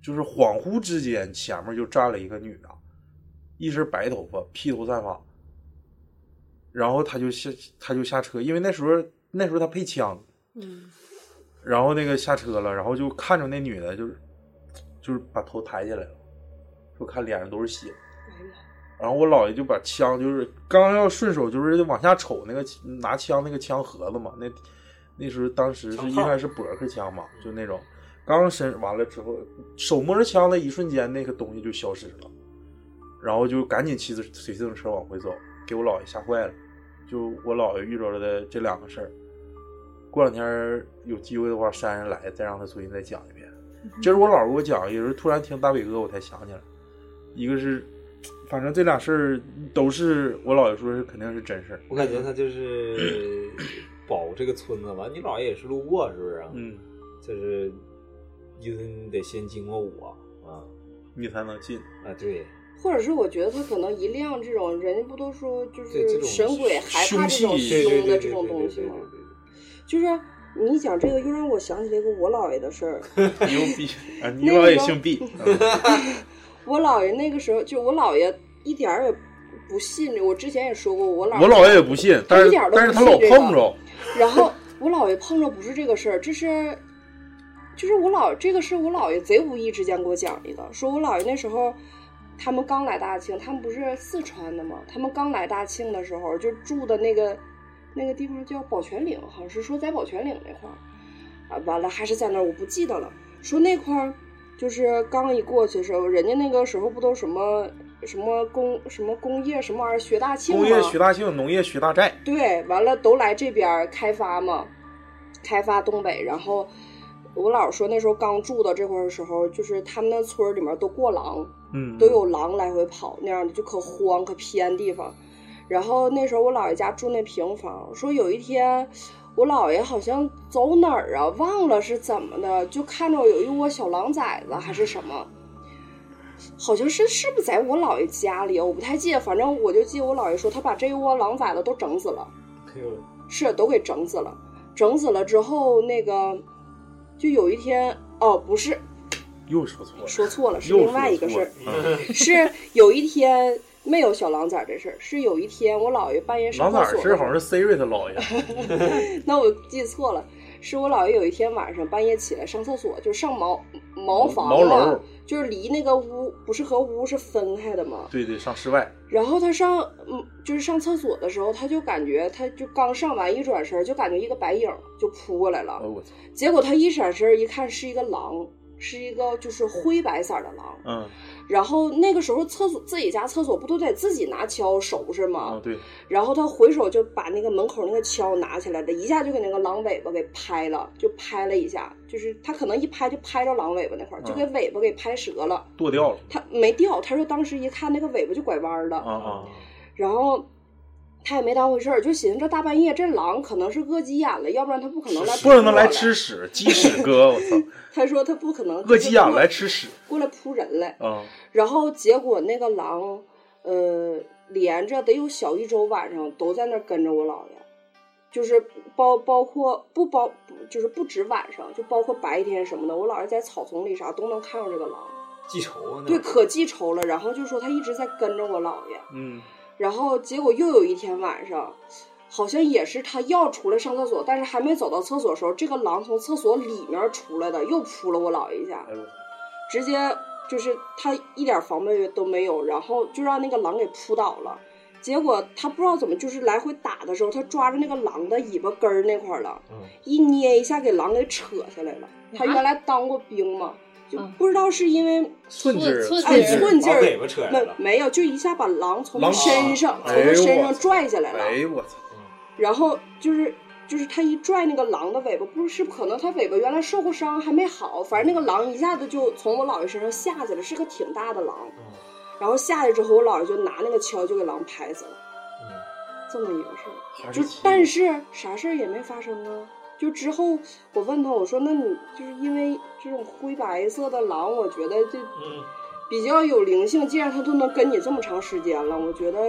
就是恍惚之间前面就站了一个女的，一身白头发，披头散发。然后他就下他就下车，因为那时候那时候他配枪， 嗯， 然后那个下车了，然后就看着那女的，就是就是把头抬起来了，说看脸上都是血。然后我姥爷就把枪，就是刚要顺手就是往下瞅那个拿枪那个枪盒子嘛，那那时候当时是应该是驳壳枪嘛，就那种刚伸完了之后，手摸着枪的一瞬间，那个东西就消失了，然后就赶紧骑着骑自行车往回走，给我姥爷吓坏了。就我姥爷遇着了的这两个事儿，过两天有机会的话山上来再让他重新再讲一遍。这是我姥给我讲，有时候突然听大伟哥我才想起来，一个是反正这俩事儿都是我姥爷说是肯定是真事儿。 我感觉他就是保这个村子吧，你姥爷也是路过是不是？ 嗯， 就是意思你得先经过我啊， 你才能进啊。对， 或者是我觉得他可能一亮这种人家不都说就对这种是神鬼害怕这种凶凶的这种东西吗？就是你讲这个又让我想起了一个我姥爷的事儿。 牛逼啊！你姥爷姓毕。 我姥爷那个时候就我姥爷一点儿也不信，我之前也说过我姥爷， 我姥爷也不信，但是但是他老碰着。 然后我姥爷碰着不是这个事儿，这是就是我姥这个是我姥爷贼无意之间给我讲一个，说我姥爷那时候他们刚来大庆，他们不是四川的吗？他们刚来大庆的时候就住的那个那个地方叫宝泉岭，好像是说在宝泉岭那块儿啊，完了还是在那儿我不记得了，说那块儿。就是刚一过去的时候，人家那个时候不都什么什么工什么工业什么玩意儿学大庆吗？ 工业学大庆，农业学大寨。 对，完了都来这边开发嘛，开发东北。然后我姥说那时候刚住到这块的时候，就是他们那村里面都过狼， 嗯， 都有狼来回跑那样的，就可荒可偏地方。然后那时候我姥爷家住那平房，说有一天。我姥爷好像走哪儿啊，忘了是怎么的，就看着有一窝小狼崽子还是什么，好像是是不是在我姥爷家里，我不太记得，反正我就记得我姥爷说他把这一窝狼崽子都整死了，是都给整死了，整死了之后那个就有一天哦不是， 又说错了， 说错了是另外一个事儿， 嗯、 是有一天。没有小狼崽这事儿，是有一天我姥爷半夜上厕所。 狼崽是好像是 Siri 他姥爷。 那我记错了，是我姥爷有一天晚上半夜起来上厕所，就上茅茅房茅楼， 就是离那个屋不是和屋是分开的吗？ 对对，上室外。 然后他上嗯，就是上厕所的时候，他就感觉他就刚上完一转身，就感觉一个白影就扑过来了。 哦我操！ 结果他一闪身一看是一个狼，是一个就是灰白色的狼。 嗯。 然后那个时候厕所自己家厕所不都得自己拿锹收拾吗？ 哦对。 然后他回手就把那个门口那个锹拿起来了，一下就给那个狼尾巴给拍了，就拍了一下，就是他可能一拍就拍到狼尾巴那块儿，就给尾巴给拍折了， 剁掉了。 他没掉，他说当时一看那个尾巴就拐弯了。 啊啊。 然后他也没当回事儿，就寻思这大半夜这狼可能是饿急眼了，要不然他不可能来， 不可能来吃屎，鸡屎哥，我操！ 他说他不可能饿急眼来吃屎， 过来扑人来。 啊！ 然后结果那个狼，呃，连着得有小一周晚上都在那跟着我姥爷，就是包包括不包，就是不止晚上，就包括白天什么的，我姥爷在草丛里啥都能看着这个狼。 记仇啊！ 对，可记仇了。然后就说他一直在跟着我姥爷。 嗯。 然后结果又有一天晚上，好像也是他要出来上厕所，但是还没走到厕所的时候，这个狼从厕所里面出来的，又扑了我姥爷一下，直接就是他一点防备都没有，然后就让那个狼给扑倒了。结果他不知道怎么，就是来回打的时候，他抓着那个狼的尾巴根儿那块了， 嗯、 一捏一下给狼给扯下来了。他原来当过兵嘛。就不知道是因为寸劲儿， 哎，寸劲儿， 尾巴扯没没有，就一下把狼从他身上，从他身上拽下来了。 哎呦我操！ 然后就是就是他一拽那个狼的尾巴，不是可能他尾巴原来受过伤还没好，反正那个狼一下子就从我姥爷身上下去了，是个挺大的狼。然后下去之后，我姥爷就拿那个锹就给狼拍死了。这么一个事儿，就但是啥事儿也没发生啊。就之后我问他，我说那你就是因为这种灰白色的狼，我觉得就比较有灵性，既然它都能跟你这么长时间了，我觉得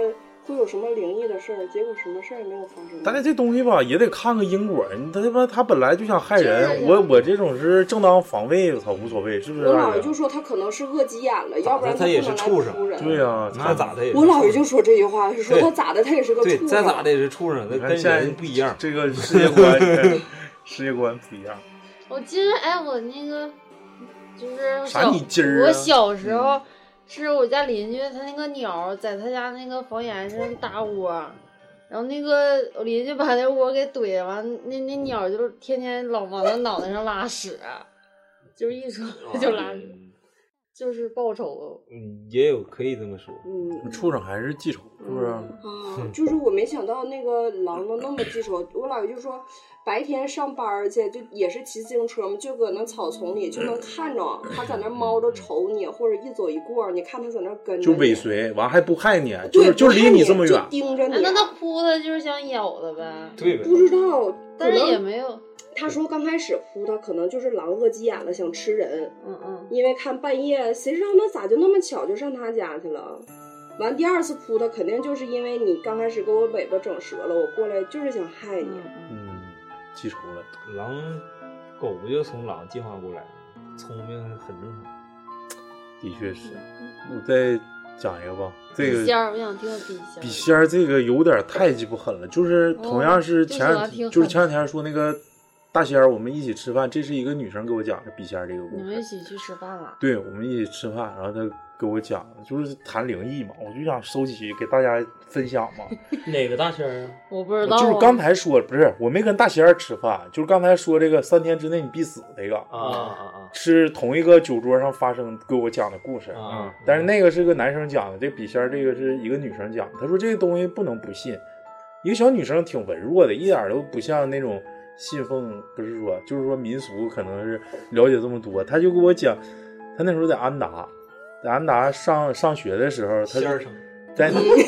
会有什么灵异的事儿，结果什么事儿也没有发生。 但是这东西吧，也得看个因果。他他妈他本来就想害人，我我这种是正当防卫，我操无所谓，是不是？ 我姥爷就说他可能是饿急眼了，要不然他也是畜生。 对呀、啊， 那咋的？ 我姥爷就说这句话，说他咋的他也是个畜生。 对，再咋的也是畜生，那跟人不一样。 这个世界观世界观不一样。 我今儿哎，我那个就是啥你今儿、啊？ 我小时候。嗯是我家邻居，他那个鸟在他家那个房檐上搭窝，然后那个我邻居把那窝给怼完，那那鸟就天天老往他脑袋上拉屎，就是一说就拉屎，就是报仇。 嗯，也有可以这么说。 嗯， 畜生还是记仇，是不是？啊， 就是我没想到那个狼能那么记仇。我姥爷就说，白天上班去，就也是骑自行车嘛，就搁那草丛里就能看着他在那猫着瞅你，或者一走一过，你看他在那跟着， 就尾随，完还不害你，就是就离你这么远， 盯着你。 那他扑他就是想咬他呗？ 对呗？ 不知道， 但是也没有。 他说刚开始扑他，可能就是狼饿急眼了，想吃人。 嗯嗯。 因为看半夜，谁知道那咋就那么巧就上他家去了？完第二次扑他，肯定就是因为你刚开始给我尾巴整折了，我过来就是想害你。 嗯，记仇了。 狼狗不就从狼进化过来的，聪明很正常。 的确是。我再讲一个吧，这个笔仙儿，我想听笔仙儿。 笔仙儿这个有点太鸡巴狠了，就是同样是前两、 哦、就, 就是前两天说那个大仙儿，我们一起吃饭，这是一个女生给我讲的笔仙儿这个故事。 你们一起去吃饭了？ 对，我们一起吃饭，然后她给我讲，就是谈灵异嘛，我就想收集给大家分享嘛。 哪个大仙儿啊？ 我不知道、啊。 就是刚才说，不是，我没跟大仙儿吃饭，就是刚才说这个三天之内你必死这个啊啊啊， 是同一个酒桌上发生给我讲的故事啊。 但是那个是个男生讲的，这笔仙儿这个是一个女生讲的。他说这个东西不能不信，一个小女生挺文弱的，一点都不像那种信奉，不是说就是说民俗可能是了解这么多。他就给我讲，他那时候在安达。在安达上上学的时候，他在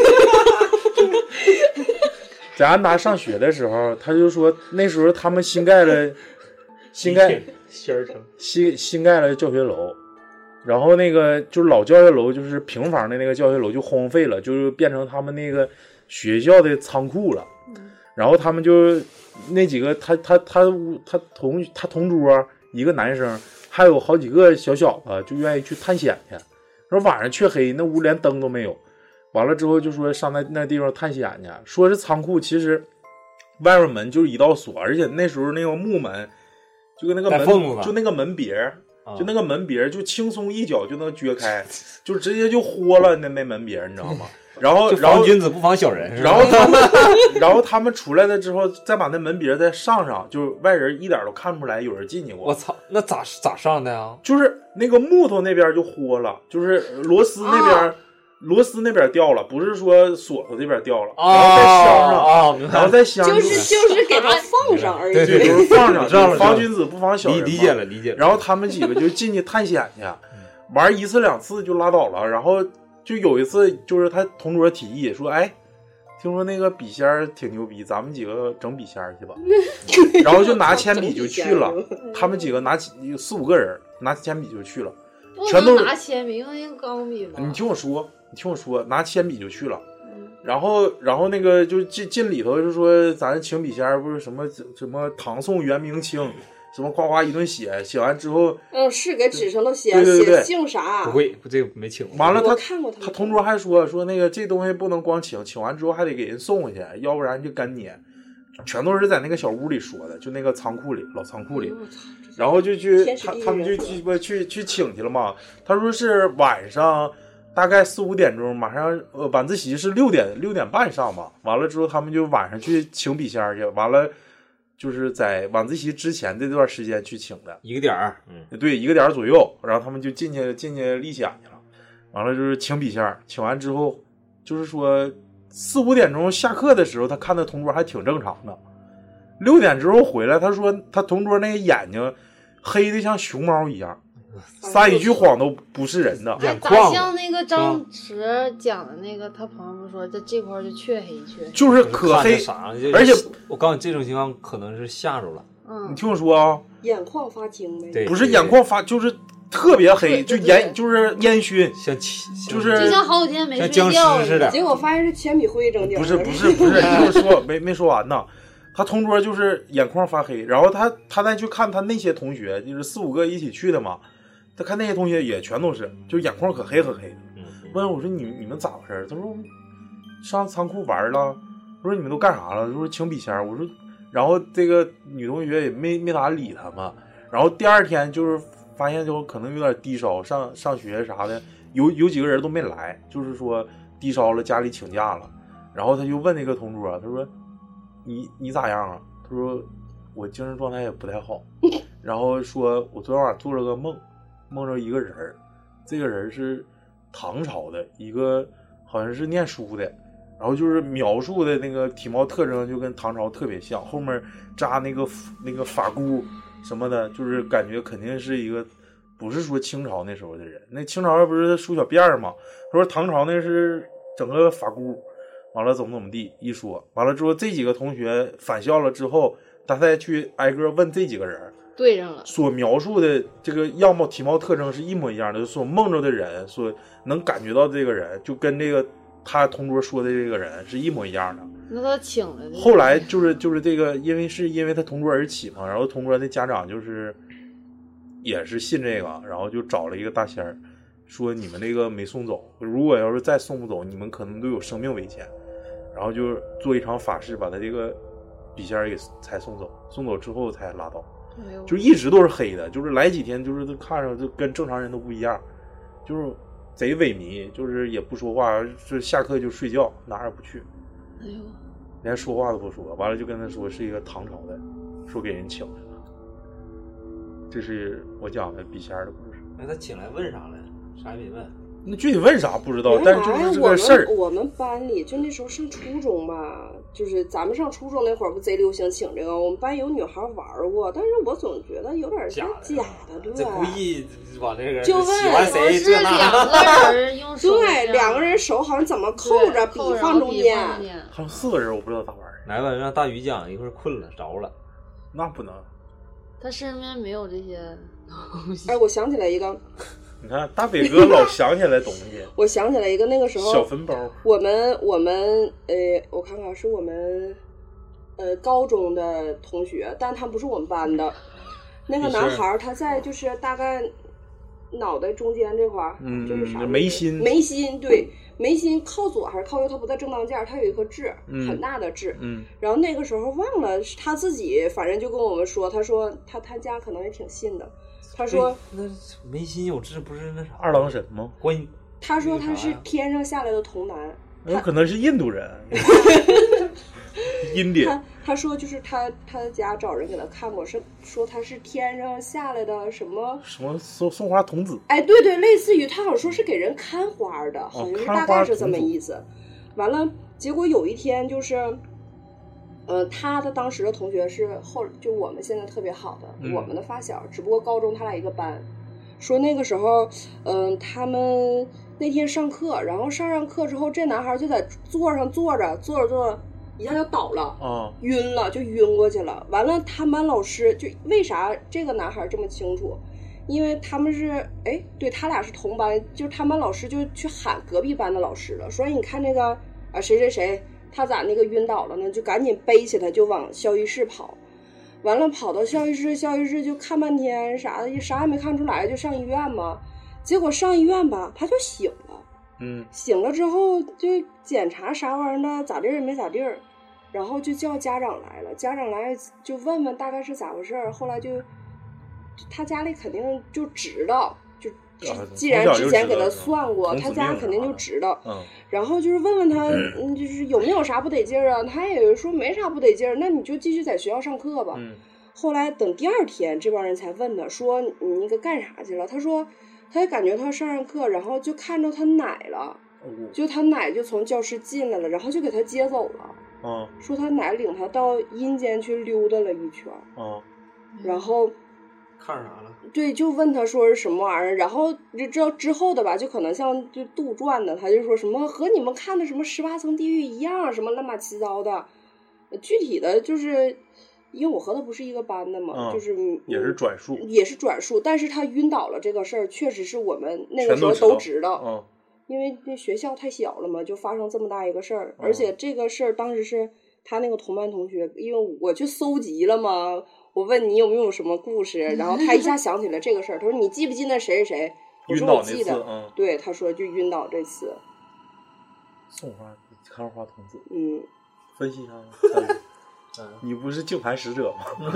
在安达上学的时候，他就说那时候他们新盖了新盖新新盖了教学楼，然后那个就是老教学楼，就是平房的那个教学楼就荒废了，就是变成他们那个学校的仓库了。然后他们就那几个他他他他同他同桌一个男生，还有好几个小小子就愿意去探险去。说晚上黢黑，那屋连灯都没有。完了之后就说上那那地方探险去，说是仓库，其实外面门就是一道锁，而且那时候那个木门就跟那个门就那个门别啊、 就那个门别就轻松一脚就能撅开，就直接就豁了那那门别，你知道吗？然后然后防君子不防小人， 然后他们然后他们出来了之后，再把那门别再上上，就是外人一点都看不出来有人进去过。 我操，那咋咋上的呀？ 就是那个木头那边就豁了，就是螺丝那边、啊、螺丝那边掉了，不是说锁头这边掉了， 啊、 然后再镶上， 啊、 然后再镶上， 就是就是给它放上而已， 对对，就是放上，上防君子不防小人嘛。 理解了理解了。 然后他们几个就进去探险去，玩一次两次就拉倒了，然后。就有一次，就是他同桌提议说：“哎，听说那个笔仙儿挺牛逼，咱们几个整笔仙儿去吧。”然后就拿铅笔就去了。他们几个拿起四五个人拿铅笔就去了，全都拿铅笔，用那个钢笔吧。 你听我说，你听我说，拿铅笔就去了。然后，然后那个就进进里头就说，咱请笔仙儿不是什么什么唐宋元明清。什么夸夸一顿写，写完之后， 嗯，是给纸上都写， 对对对写姓啥？ 不会，这个没请。 完了他， 我看过他， 他同桌还说说那个这东西不能光请，请完之后还得给人送回去，要不然就干捏。全都是在那个小屋里说的，就那个仓库里，老仓库里。然后就去他他们就去去去请去了嘛。他说是晚上大概四五点钟，马上呃晚自习是六点六点半上吧。完了之后他们就晚上去请笔仙去，完了。就是在晚自习之前这段时间去请的， 一个点儿，嗯， 对，一个点儿左右，然后他们就进去进去历险去了，完了就是请笔仙，请完之后，就是说四五点钟下课的时候，他看他同桌还挺正常的，六点之后回来，他说他同桌那个眼睛黑的像熊猫一样，撒一句谎都不是人的。 哎，咋像那个张弛讲的那个，他朋友们说这这块就黢黑黢黑， 就是可黑，而且我告诉你，这种情况可能是吓着了。 嗯， 你听我说啊， 眼眶发青呗， 不是眼眶发，就是特别黑，就烟就是烟熏， 像就是就像好几天没睡像觉僵尸似的。 结果发现是铅笔灰整顶。 不是不是不是，就是说没没说完呢。他同桌就是眼眶发黑，然后他他再去看他那些同学，就是四五个一起去的嘛，他看那些同学也全都是，就眼眶可黑可黑的。问我说你你们咋回事？他说上仓库玩了。我说你们都干啥了？说请笔仙。我说，然后这个女同学也没没咋理他们。然后第二天就是发现就可能有点低烧，上上学啥的，有有几个人都没来，就是说低烧了，家里请假了。然后他就问那个同桌，他说。你你咋样啊？他说我精神状态也不太好，然后说我昨天晚上做了个梦，梦着一个人，这个人是唐朝的一个，好像是念书的，然后就是描述的那个体貌特征就跟唐朝特别像，后面扎那个那个发箍什么的，就是感觉肯定是一个不是说清朝那时候的人，那清朝不是梳小辫儿吗？他说唐朝那是整个发箍。完了怎么怎么地一说，完了之后这几个同学返校了之后，他再去挨个问这几个人， 对上了， 所描述的这个样貌体貌特征是一模一样的，所梦着的人所能感觉到这个人就跟这个他同桌说的这个人是一模一样的。 那他请了的。 后来就是就是这个，因为是因为他同桌而起嘛，然后同桌的家长就是也是信这个，然后就找了一个大仙儿，说你们这个没送走，如果要是再送不走，你们可能都有生命危险。然后就做一场法事，把他这个笔仙儿给才送走，送走之后才拉倒，就一直都是黑的，就是来几天就是看着就跟正常人都不一样，就是贼萎靡，就是也不说话，是下课就睡觉，哪儿也不去， 哎呦， 连说话都不说，完了就跟他说是一个唐朝的，说给人请来了。这是我讲的笔仙儿的故事。 那他请来问啥来？啥也没问。 那具体问啥不知道，但是就是这个事儿。 我们班里就那时候上初中吧，就是咱们上初中那会儿不贼流行请这个，我们班有女孩玩过，但是我总觉得有点像假的，对吧？ 这故意往这个就问喜欢谁是两个人用手对，两个人手好像怎么扣着，笔放中间， 还有四个人，我不知道咋玩。 来吧，让大鱼讲，一会儿困了着了， 那不能。 他身边没有这些东西。 哎，我想起来一个。 你看大北哥老想起来东西。 我想起来一个，那个时候小坟包。 我们我们呃，我看看是我们呃高中的同学，但他不是我们班的。那个男孩他在就是大概脑袋中间这块儿， 嗯， 就是啥眉心， 眉心对，眉心靠左还是靠右？他不在正当间，他有一颗痣， 嗯、 很大的痣。 嗯， 然后那个时候忘了他自己，反正就跟我们说，他说他他家可能也挺信的。他说：“ 那眉心有痣不是那啥二郎神吗？ 观音。” 他说他是天上下来的童男， 有可能是印度人。印第。 他他说就是他他家找人给他看过，是说他是天上下来的什么什么送送花童子。 哎，对对，类似于他好像说是给人看花的， 哦、 好像是大概是这么意思。完了，结果有一天就是。呃，他的当时的同学是后，就我们现在特别好的， 嗯、 我们的发小，只不过高中他俩一个班。说那个时候，嗯、呃，他们那天上课，然后上上课之后，这男孩就在座上坐着，坐着坐着，一下就倒了， 啊， 晕了，就晕过去了。完了，他们班老师就为啥这个男孩这么清楚？因为他们是，哎，对他俩是同班，就他们班老师就去喊隔壁班的老师了，说你看那个啊谁谁谁。他咋那个晕倒了呢？就赶紧背起他就往校医室跑，完了跑到校医室，校医室就看半天啥的，啥也没看出来，就上医院嘛。结果上医院吧，他就醒了， 嗯， 醒了之后就检查啥玩意儿的，咋地儿也没咋地儿，然后就叫家长来了，家长来就问问大概是咋回事儿。后来就他家里肯定就知道。既然之前给他算过，他家肯定就知道。 嗯， 然后就是问问他，嗯，就是有没有啥不得劲儿啊？他也说没啥不得劲儿，那你就继续在学校上课吧。 嗯。 后来等第二天，这帮人才问他说：“你那个干啥去了？”他说：“他也感觉他上上课，然后就看着他奶了， 嗯、 就他奶就从教室进来了，然后就给他接走了。 嗯， 说他奶领他到阴间去溜达了一圈。 嗯， 然后。” 看啥了？ 对，就问他说是什么玩意儿，然后这之之后的吧，就可能像就杜撰的，他就说什么和你们看的什么十八层地狱一样，什么乱八七糟的，具体的就是因为我和他不是一个班的嘛， 嗯、 就是也是转述， 也是转述，但是他晕倒了这个事儿，确实是我们那个时候都知道， 嗯， 因为那学校太小了嘛，就发生这么大一个事儿，而且这个事儿当时是他那个同班同学，因为我去搜集了嘛，我问你有没有什么故事，然后他一下想起了这个事儿，他说你记不记得谁谁谁？我说我记得， 嗯、 对，他说就晕倒这次。 送花看花童子， 嗯， 分析一下吗？你不是净坛使者吗？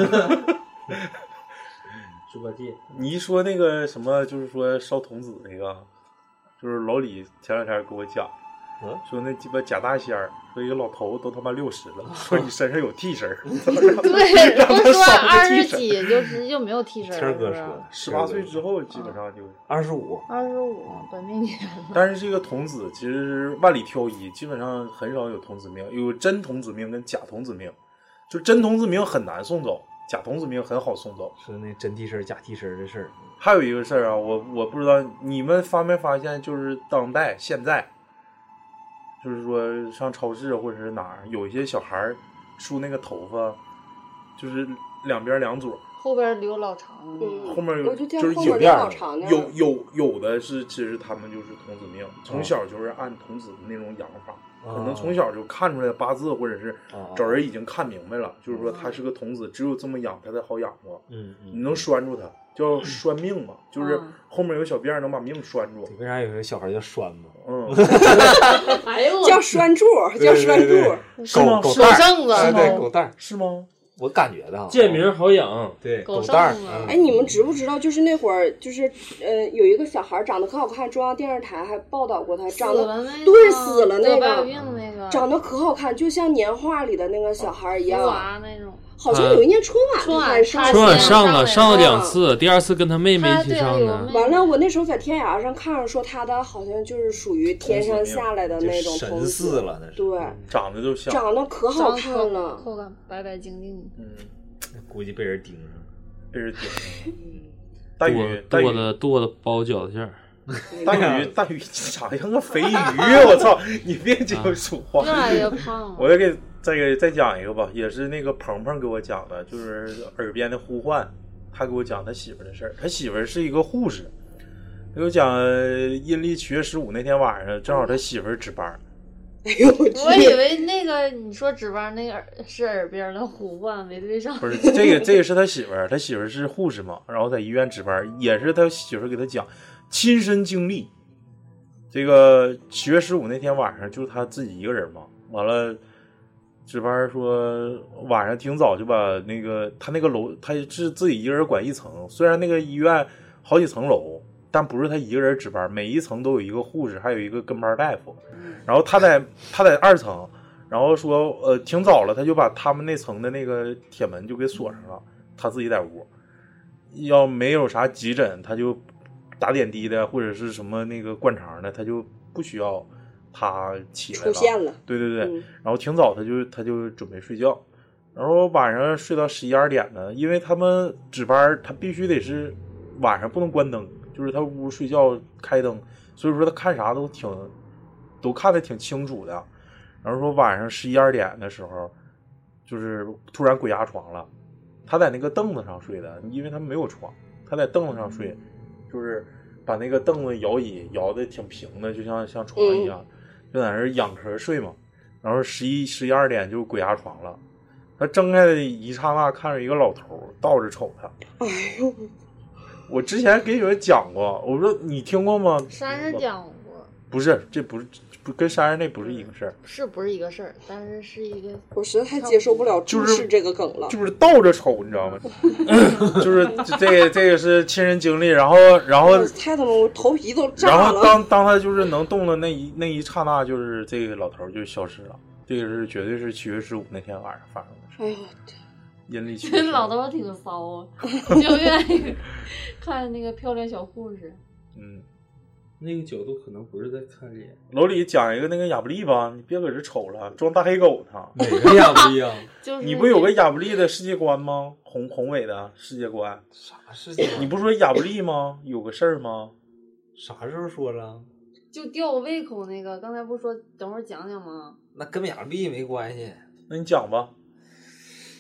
猪八戒， 你一说那个什么，就是说烧童子那个，就是老李前两天给我讲， 嗯、 说那鸡巴贾大仙儿，说一个老头都他妈六十了，说你身上有替身儿。 对，不说二十几就直接就没有替身儿。哥说， 十八岁之后基本上就二十五， 二十五本命年。 但是这个童子其实是万里挑一，基本上很少有童子命，有真童子命跟假童子命。就真童子命很难送走，假童子命很好送走。 说那真替身假替身的事儿。 还有一个事儿啊，我我不知道你们发没发现，就是当代现在，就是说上超市或者是哪儿，有一些小孩梳那个头发，就是两边两撮， 后边留老长， 嗯， 后面有就就是影片有有有的是，其实他们就是童子命，从小就是按童子的那种养法。 可能从小就看出来八字，或者是找人已经看明白了，哦、就是说他是个童子，只有这么养他才好养活。 嗯嗯， 你能拴住他，叫拴命嘛，就是后面有小辫能把命拴住。 为啥有些小孩叫拴嘛？ 嗯， 哎呦， 叫拴住，叫拴住。 狗狗蛋儿， 是对狗蛋儿是吗？ 我感觉的， 贱名好养， 对狗蛋儿。 哎，你们知不知道？就是那会儿，就是呃，有一个小孩长得可好看，中央电视台还报道过他，长得对死了那个， 那个长得可好看，就像年画里的那个小孩一样， 娃那种。 好像有一年春晚春晚上， 春晚上了，上了两次，第二次跟他妹妹一起上的。 完了，我那时候在天涯上看着说他的好像就是属于天上下来的那种神似了，那是对， 长得就像， 长得可好看了， 口感白白净净。 嗯， 估计被人盯上， 被人盯上。大宇剁的剁的包饺子馅儿。 大宇大宇长得像个肥鱼，我操！你别净说话。 越来越胖了。 我再给再给再讲一个吧，也是那个鹏鹏给我讲的，就是耳边的呼唤。他给我讲他媳妇的事儿，他媳妇是一个护士。给我讲阴历七月十五那天晚上，正好他媳妇值班。 哎呦我去！ 我以为那个你说值班那个耳是耳边的呼唤，没对上。 不是这个，这个是他媳妇儿，他媳妇儿是护士嘛，然后在医院值班，也是他媳妇儿给他讲亲身经历。这个七月十五那天晚上，就是他自己一个人嘛，完了值班说晚上挺早就把那个他那个楼，他是自己一个人管一层，虽然那个医院好几层楼。但不是他一个人值班，每一层都有一个护士，还有一个跟班大夫。然后他在他在二层，然后说呃挺早了，他就把他们那层的那个铁门就给锁上了，他自己在屋。要没有啥急诊，他就打点滴的或者是什么那个灌肠的，他就不需要他起来了。 出现了。 对对对，嗯、然后挺早他就他就准备睡觉，然后晚上睡到十一二点呢，因为他们值班，他必须得是晚上不能关灯。就是他屋睡觉开灯，所以说他看啥都挺，都看得挺清楚的。然后说晚上十一二点的时候，就是突然鬼压床了。他在那个凳子上睡的，因为他没有床，他在凳子上睡，就是把那个凳子摇椅摇得挺平的，就像像床一样，就在那仰壳睡嘛。然后十一十一二点就鬼压床了，他睁开的一刹那，看着一个老头倒着瞅他。 哎呦！ 我之前给你们讲过，我说你听过吗？ 山上讲过， 不是，这不是不跟山上那不是一个事儿， 是不是一个事儿？但是是一个， 我实在太接受不了注视这个梗了， 就是倒着瞅，你知道吗？就是这个这个是亲身经历，然后然后太他妈我头皮都炸了。 然后当当他就是能动的那一那一刹那，就是这个老头就消失了。这个是绝对是七月十五那天晚上发生的事。 哎呦！ 阴历七这老头挺骚啊，就愿意看那个漂亮小护士。 嗯， 那个角度可能不是在看脸。 老李讲一个那个亚布力吧，你别搁这瞅了，装大黑狗呢。 哪个亚布力啊？ 就是你不有个亚布力的世界观吗？宏宏伟的世界观。 啥世界观？ 你不说亚布力吗？有个事儿吗？ 啥时候说了？ 就吊我胃口那个，刚才不是说等会儿讲讲吗？ 那跟亚布力没关系。 那你讲吧。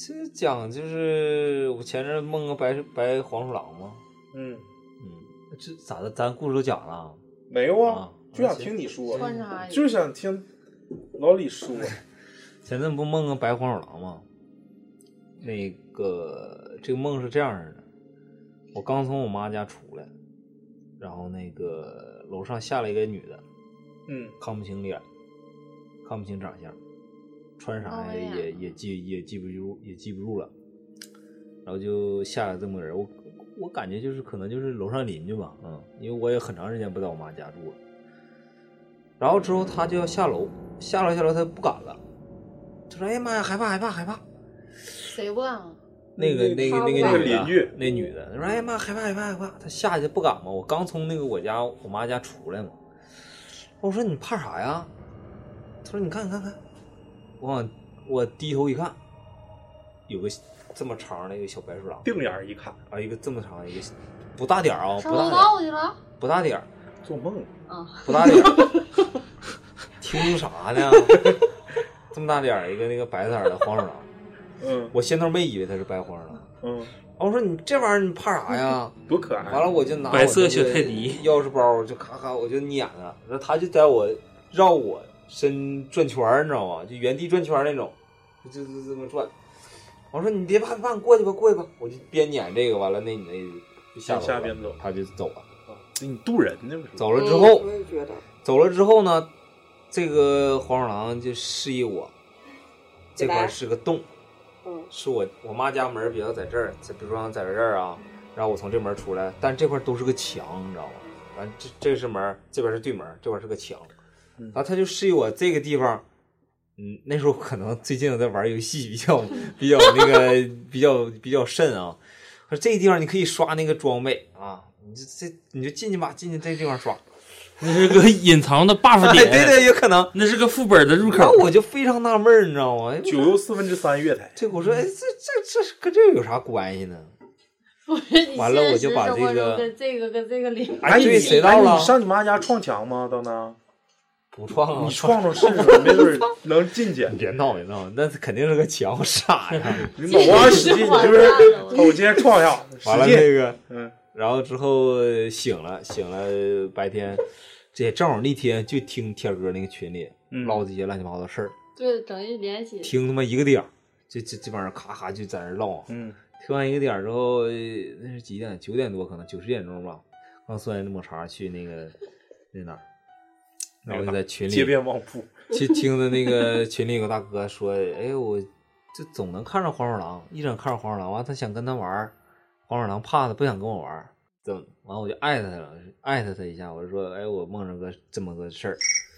这讲就是我前阵梦个白白黄鼠狼嘛。 嗯嗯，这咋的？咱故事都讲了？ 没有啊， 啊就想听你说， 穿插就想听老李说。 前阵不梦个白黄鼠狼吗？那个这个梦是这样式的，我刚从我妈家出来，然后那个楼上下来一个女的， 嗯， 看不清脸，看不清长相，穿啥哎呀也也记也记不住也记不住了，然后就下来这么个人，我我感觉就是可能就是楼上邻居吧，嗯，因为我也很长时间不在我妈家住了。然后之后他就要下楼，下楼下楼他不敢了，他说：“哎呀妈呀，害怕害怕害怕。” 谁不敢啊？ 那个那个那那个个女的邻居那女的，她说：“哎呀妈，害怕害怕害怕！”她下去不敢嘛，我刚从那个我家我妈家出来嘛。我说：“你怕啥呀？”她说：“你看你看看。”我往我低头一看，有个这么长的一个小白鼠狼， 定眼一看啊，一个这么长一个不大点儿啊， 上楼不大点儿， 道去了？ 不大点儿， 做梦， 啊， 不大点儿，听啥呢？这么大点儿一个那个白色的黄鼠狼。 嗯我先头没以为它是白黄鼠狼， 嗯， 我说你这玩意儿你怕啥呀？ 多可爱。 完了我就拿白色我那个小泰迪钥匙包就咔咔我就撵它，然后它就在我绕我身转圈儿，你知道吗？就原地转圈儿那种，就就就这么转。我说你别怕别怕，你过去吧过去吧，我就边撵这个，完了那你那就下楼了下边走它就走了。 你渡人呢不是？ 走了之后， 嗯我也觉得， 走了之后呢，这个黄鼠狼就示意我，这块是个洞。 嗯， 是我我妈家门比较在这儿，在比如说在这儿啊，然后我从这门出来，但这块都是个墙，你知道吗？完这这是门，这边是对门，这边是个墙，然后他就示意我这个地方，嗯，那时候可能最近我在玩游戏，比较比较那个比较比较慎啊，说这个地方你可以刷那个装备啊，你这这你就进去吧，进去这地方刷， 那是个隐藏的 buff 哎， 点， 对对，有可能。 那是个副本的入口然后。我就非常纳闷儿，你知道吗？ 九又四分之三月台， 这我说，哎，这这这跟这有啥关系呢？ 不是你完了我就把现实生活这个中跟这个跟这个连哎对你谁到了哎你上你妈家撞墙吗？到那不创啊！ 你撞撞试试，没准能进去。 你别闹别闹，那肯定是个墙，我傻呀！ 你脑瓜使劲，你就是头接撞一下， 完了使劲。 那个， 嗯， 然后之后醒了，醒了，白天，这正好那天就听天哥那个群里嗯唠这些乱七八糟的事儿， 对，整一联系。 听他妈一个点儿，这这这帮人咔咔就在那唠， 嗯， 听完一个点儿之后，呃那是几点？九点多，可能九十点钟吧。刚算完抹茶去那个那哪儿，然后就在群里街边旺铺， 去听的那个群里有个大哥说，哎，我就总能看着黄鼠狼，一整看着黄鼠狼，完他想跟他玩儿，黄鼠狼怕他不想跟我玩儿，怎么？完我就艾特他了，艾特他一下，我就说，哎，我梦着个这么个事儿，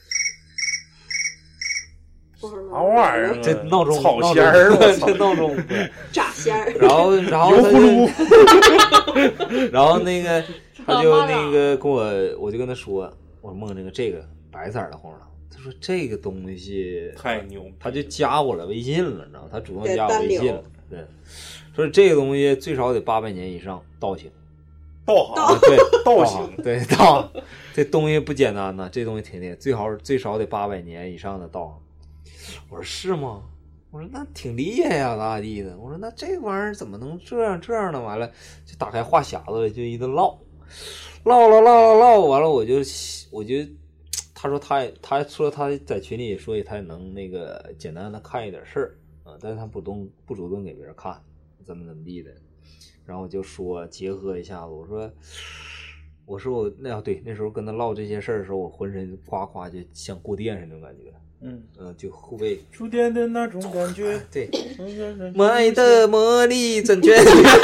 啥啥玩意儿啊？ 这闹钟草仙儿，我操这！闹钟， 炸仙儿， 然后然后油他葫就， 芦， 然后那个他就那个跟我，我就跟他说，我梦这个这个白色的黄鼠狼，他说这个东西太牛逼了， 他就加我了微信了，你知道吗？他主动对加我微信了单聊， 对，说这个东西最少得八百年以上道行， 道行， 啊对， 道行， 行， 对道，这东西不简单呐，这东西挺厉害，最好最少得八百年以上的道行。我说是吗？我说那挺厉害呀，咋咋地的？我说那这玩意儿怎么能这样这样呢？完了就打开话匣子就一顿唠，唠唠唠唠唠，完了我就我就他说他也他说他在群里说他也能那个简单的看一点事儿啊，但是他不动不主动给别人看，怎么怎么地的。然后我就说结合一下子，我说我说我那对那时候跟他唠这些事儿的时候，我浑身夸夸就像过电似的那种感觉， 嗯嗯、就后背触电的那种感觉， 对， 嗯爱的魔力准确。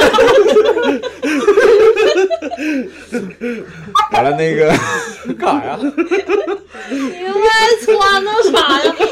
完了那个干啥呀？ 你外穿的啥呀？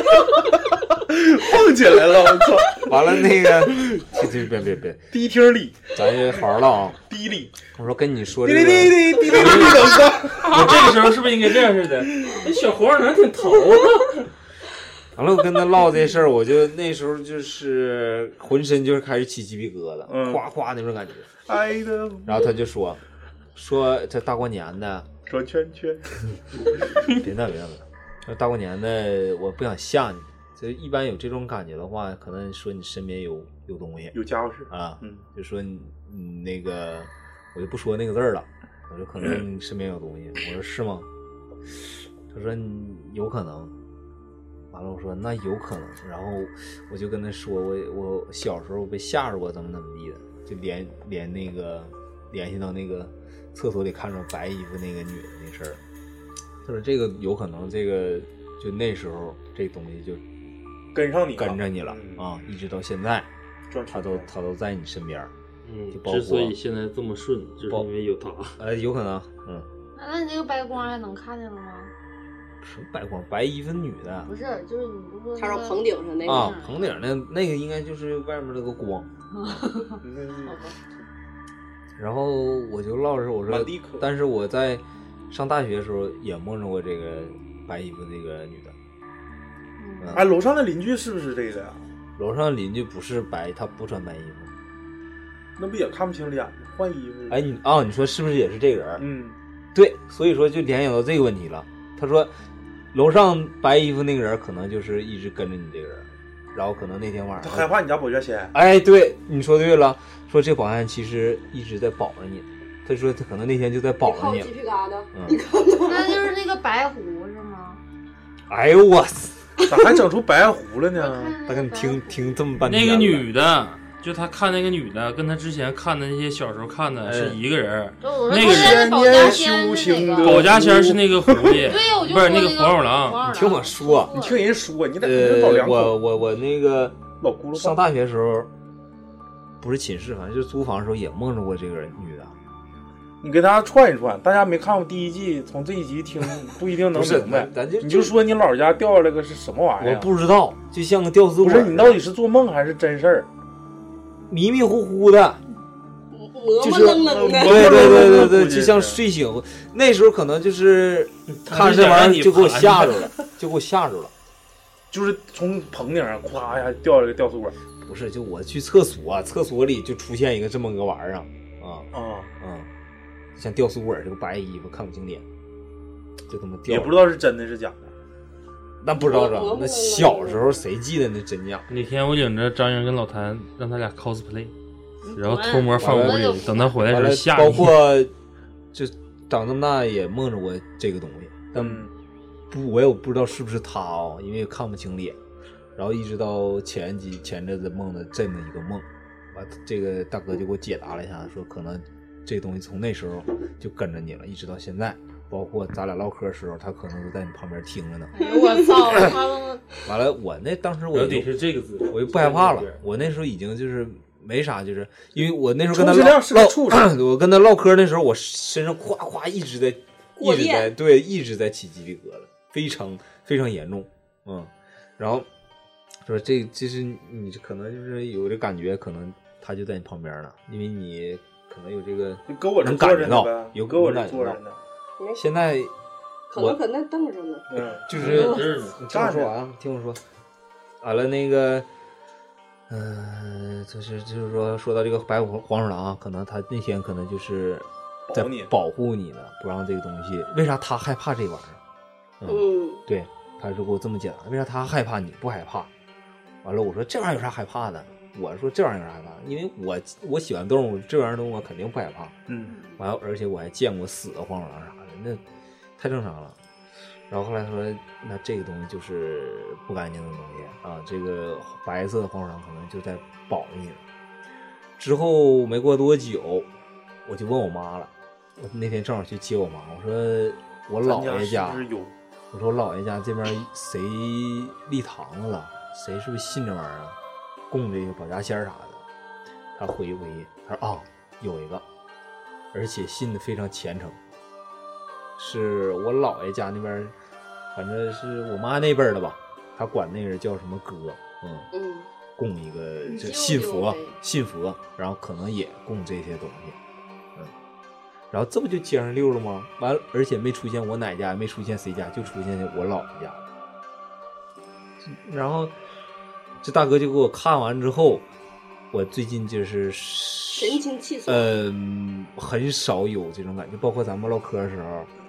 蹦起来了，我操！ 完了那个，这别别别， 迪厅里， 咱就好好唠啊。 迪里， 我说跟你说滴这个， 滴滴滴滴滴滴等着。 我这个时候是不是应该这样似的？那小黄鼠狼挺淘啊！ 完了我跟他唠这事儿，我就那时候就是浑身就是开始起鸡皮疙瘩， 嗯夸夸那种感觉。 爱的， 然后他就说说这大过年的， 转圈圈， 别闹别闹，说大过年的我不想吓你， 就一般有这种感觉的话，可能说你身边有有东西， 有家伙事啊， 嗯， 就说你你那个，我就不说那个字儿了，我说可能你身边有东西，我说是吗？他说你有可能。完了，我说那有可能，然后我就跟他说，我我小时候被吓着过，怎么怎么地的，就连连那个联系到那个厕所里看着白衣服那个女的那事儿。他说这个有可能，这个就那时候这东西就跟上你了， 跟着你了、嗯、啊，一直到现在，他都他都在你身边。 嗯， 就包括之所以现在这么顺，就是因为有他。 呃，有可能，嗯。 那你这个白光还能看见了吗？ 什么白光？白衣服女的？ 不是，就是你不说、那个、他说棚顶上那个啊，棚顶那那个应该就是外面那个光。然后我就唠着我说，但是我在上大学的时候也梦着过这个白衣服这个女的。 嗯、哎，楼上的邻居是不是这个呀？ 楼上的邻居不是白，他不穿白衣服。 那不也看不清脸吗？换衣服？ 哎，你啊，你说是不是也是这个人？ 嗯， 对，所以说就联想到这个问题了。他说。楼上白衣服那个人可能就是一直跟着你这个人，然后可能那天晚上他害怕你家保全仙。 哎，对，你说对了，说这保安其实一直在保着你。他说他可能那天就在保着你。 你鸡皮疙瘩， 嗯、 你看看， 那就是那个白狐是吗？ 哎呦我咋还整出白狐了呢？ 他跟你听听这么半天。 那个女的。就他看那个女的，跟他之前看的那些小时候看的是一个人。 哎、 那个人保家仙是那个， 保家仙是那个狐狸， 对，我就不是那个黄鼠狼。 你听我说， 你听人说，你得呃，我我我那个老咕噜上大学的时候，不是寝室，反正就是租房的时候也梦着过这个人女的。 你给大家串一串，大家没看过第一季，从这一集听不一定能明白。 咱就你就说你姥家掉下来个是什么玩意儿？ 我不知道，就像个吊死鬼。 不是你到底是做梦还是真事儿？ 迷迷糊糊的， 就是愣愣的， 对对对对对，就像睡醒。那时候可能就是看这玩意儿就给我吓着了，就给我吓着了， 就是从棚顶上咵一下掉下来个吊死鬼。 不是，就我去厕所、啊，厕所里就出现一个这么个玩意儿啊啊嗯，像吊死鬼这个白衣服看不清脸，就这么掉， 也不知道是真的是假的。 那不知道着，那小时候谁记得那真假？ 那天我领着张英跟老谭，让他俩 cosplay， 然后偷摸放屋里，等他回来时吓你。包括就长这么大也梦着过这个东西，但不我也不知道是不是他啊、哦，因为看不清脸。然后一直到前几前阵子梦的这么一个梦，完这个大哥就给我解答了一下，说可能这东西从那时候就跟着你了，一直到现在。包括咱俩唠嗑的时候，他可能都在你旁边听着呢。 我操！ 完了，我那当时我得是这个字， 我就不害怕了。我那时候已经就是没啥，就是因为我那时候跟他唠唠，我跟他唠嗑那时候，我身上咵咵一直在一直在对一直在起鸡皮疙瘩，非常非常严重。嗯，然后说这这是你可能就是有这感觉，可能他就在你旁边呢，因为你可能有这个能感觉到，有搁我这感觉到。 呢。 现在可能搁那凳上呢， 嗯， 就是你听我说完啊，听我说，完了那个，嗯、呃，就是就是说说到这个白虎黄鼠狼啊，可能他那天可能就是在保护你呢，不让这个东西。为啥他害怕这玩意儿？嗯， 嗯对，他是给我这么解答。为啥他害怕你不害怕？完了，我说这玩意儿有啥害怕的？我说这玩意儿有啥害怕？因为我我喜欢动物，这玩意儿动物我肯定不害怕。 嗯， 完了，而且我还见过死的黄鼠狼啥的。那太正常了，然后后来说，那这个东西就是不干净的东西啊，这个白色的黄鼠狼可能就在保着你了。之后没过多久，我就问我妈了，我那天正好去接我妈，我说我姥爷家， 是有我说我姥爷家这边谁立堂子了，谁是不是信这玩意儿啊，供这个保家仙啥的？他回忆回忆，他说啊，有一个，而且信的非常虔诚。是我姥爷家那边，反正是我妈那边的吧，他管那人叫什么哥，嗯嗯， 供一个就信佛，信佛，然后可能也供这些东西，嗯，然后这不就接上溜了吗？完了，而且没出现我奶家，没出现谁家，就出现我姥爷家。然后这大哥就给我看完之后，我最近就是神清气爽， 嗯、呃，很少有这种感觉，包括咱们唠嗑的时候。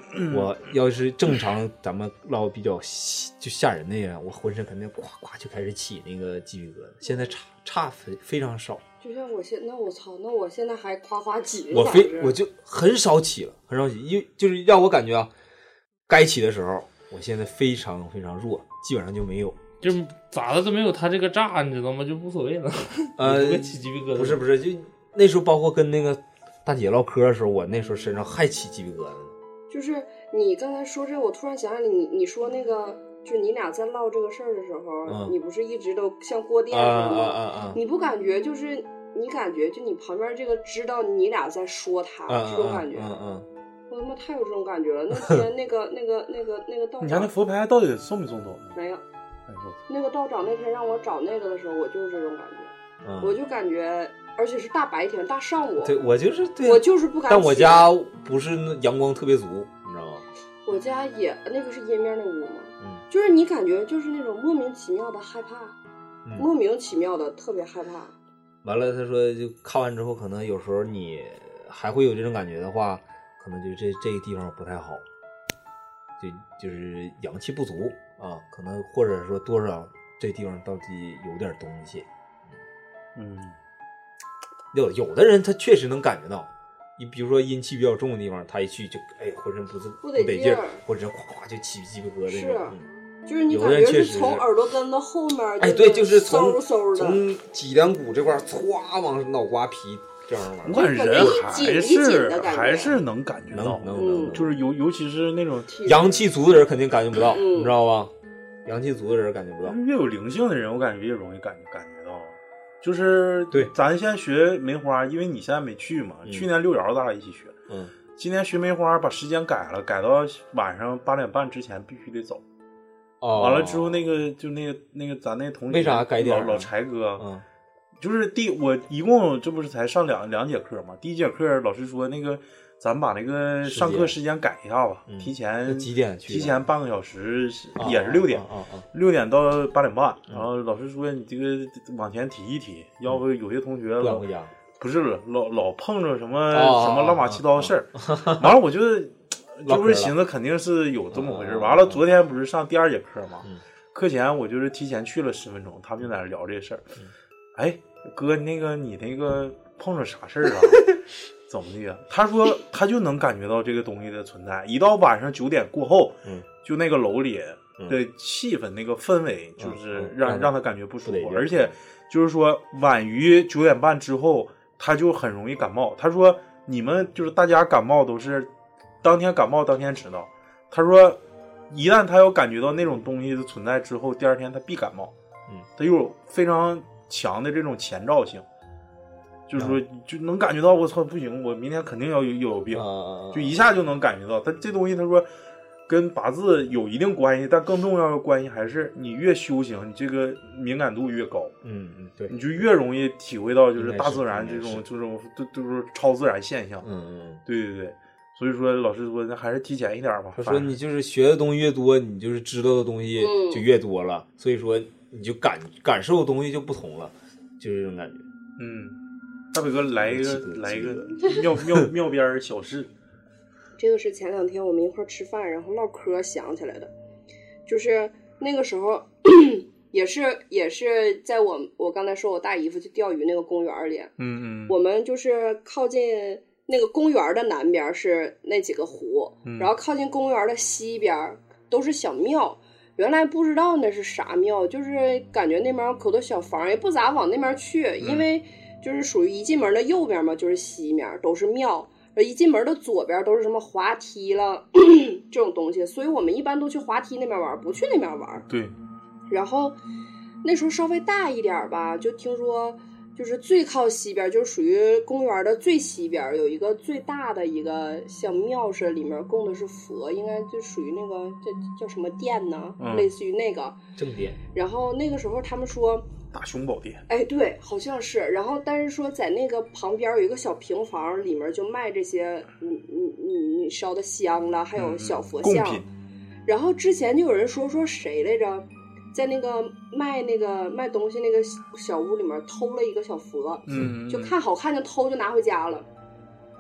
我要是正常咱们唠比较就吓人的呀，我浑身肯定呱呱就开始起那个鸡皮疙瘩，现在差差非非常少。 就像我现那我操，那我现在还夸夸起， 我非我就很少起了，很少起，因为就是让我感觉啊，该起的时候，我现在非常非常弱，基本上就没有。 就咋的都没有他这个炸，你知道吗？就无所谓了。 呃， 不会起鸡皮疙瘩。 不是不是，就那时候包括跟那个大姐唠嗑的时候，我那时候身上还起鸡皮疙瘩呢。 就是你刚才说这，我突然想起来，你你说那个，就是你俩在唠这个事儿的时候， 嗯、 你不是一直都像过电似的吗？ 啊啊啊啊、 你不感觉就是你感觉就你旁边这个知道你俩在说他、 啊、 这种感觉？ 嗯嗯。啊啊我他妈太有这种感觉了！那天那个那个那个那个道长， 你家那佛牌到底送没送走？ 没有。那个道长那天让我找那个的时候，我就是这种感觉，嗯、我就感觉，而且是大白天、大上午。 对，我就是对， 我就是不敢。 但我家不是那阳光特别足，你知道吗？ 我家也那个是阴面那屋嘛， 嗯， 就是你感觉就是那种莫名其妙的害怕， 嗯、 莫名其妙的特别害怕。 完了，他说就看完之后，可能有时候你还会有这种感觉的话，可能就这这个地方不太好，就就是阳气不足啊，可能或者说多少这地方到底有点东西。 嗯， 有有的人他确实能感觉到，你比如说阴气比较重的地方，他一去就哎浑身不不得劲儿， 或者夸夸就起鸡皮疙瘩那种。嗯就是你感觉是从耳朵根子后面， 哎，对，就是从嗖从脊梁骨这块歘往脑瓜皮这样玩。 我感觉人还是还是能感觉到， 能能能， 就是尤尤其是那种阳气足的人肯定感觉不到， 嗯、 你知道吧？阳气足的人感觉不到。 越有灵性的人，我感觉越容易感感觉到。就是对， 咱现在学梅花，因为你现在没去嘛， 嗯、 去年六爻咱俩一起学， 嗯， 今年学梅花把时间改了，改到晚上八点半之前必须得走。 哦， 完了之后，那个就那个那个咱那同学为啥改点老老柴哥， 嗯， 就是第我一共这不是才上两两节课嘛？第一节课老师说那个咱把那个上课时间改一下吧， 嗯、 提前几点去？ 提前半个小时，也是六点， 啊啊， 六点到八点半。 嗯、 然后老师说你这个往前提一提，嗯、要不有些同学老不回家， 不是老老碰着什么、 哦、 什么乱七八糟的事儿，哦、完了我就就是寻思肯定是有这么回事。完了昨天不是上第二节课嘛？ 嗯课前我就是提前去了十分钟，他们就在那聊这事儿。 嗯、 哎，哥，那个你那个碰着啥事儿了？怎么的？他说他就能感觉到这个东西的存在。一到晚上九点过后， 嗯， 就那个楼里的气氛、嗯、那个氛围，就是让、嗯、让他感觉不舒服。而且就是说晚于九点半之后，他就很容易感冒。他说你们就是大家感冒都是当天感冒当天知道。他说。一旦他要感觉到那种东西的存在之后，第二天他必感冒， 嗯， 他有非常强的这种前兆性，就是说就能感觉到我操不行，我明天肯定要有有病， 啊、 就一下就能感觉到。他这东西他说跟八字有一定关系，但更重要的关系还是你越修行，你这个敏感度越高， 嗯嗯，对， 你就越容易体会到就是大自然这种这种都都是超自然现象， 嗯嗯， 对对对。所以说，老师说那还是提前一点吧。 他说你就是学的东西越多，你就是知道的东西就越多了，嗯、所以说你就感感受的东西就不同了，就是这种感觉。 嗯，大伟哥来一个来一个妙妙妙边小事。 这个是前两天我们一块吃饭，然后唠嗑想起来的，就是那个时候也是也是在我我刚才说我大姨夫去钓鱼那个公园里， 嗯嗯， 我们就是靠近。那个公园的南边是那几个湖， 嗯、 然后靠近公园的西边都是小庙。原来不知道那是啥庙，就是感觉那边可多小房，也不咋往那边去， 嗯、 因为就是属于一进门的右边嘛，就是西面都是庙，一进门的左边都是什么滑梯了这种东西，所以我们一般都去滑梯那边玩，不去那边玩。 对。 然后那时候稍微大一点吧，就听说。就是最靠西边，就是属于公园的最西边，有一个最大的一个像庙似的，里面供的是佛，应该就属于那个叫叫什么殿呢、嗯？类似于那个正殿。 然后那个时候他们说大雄宝殿， 哎，对，好像是。然后但是说在那个旁边有一个小平房，里面就卖这些你你你你烧的香了，还有小佛像。 嗯、 然后之前就有人说说谁来着？在那个卖那个卖东西那个小屋里面偷了一个小佛， 嗯， 就看好看就偷就拿回家了。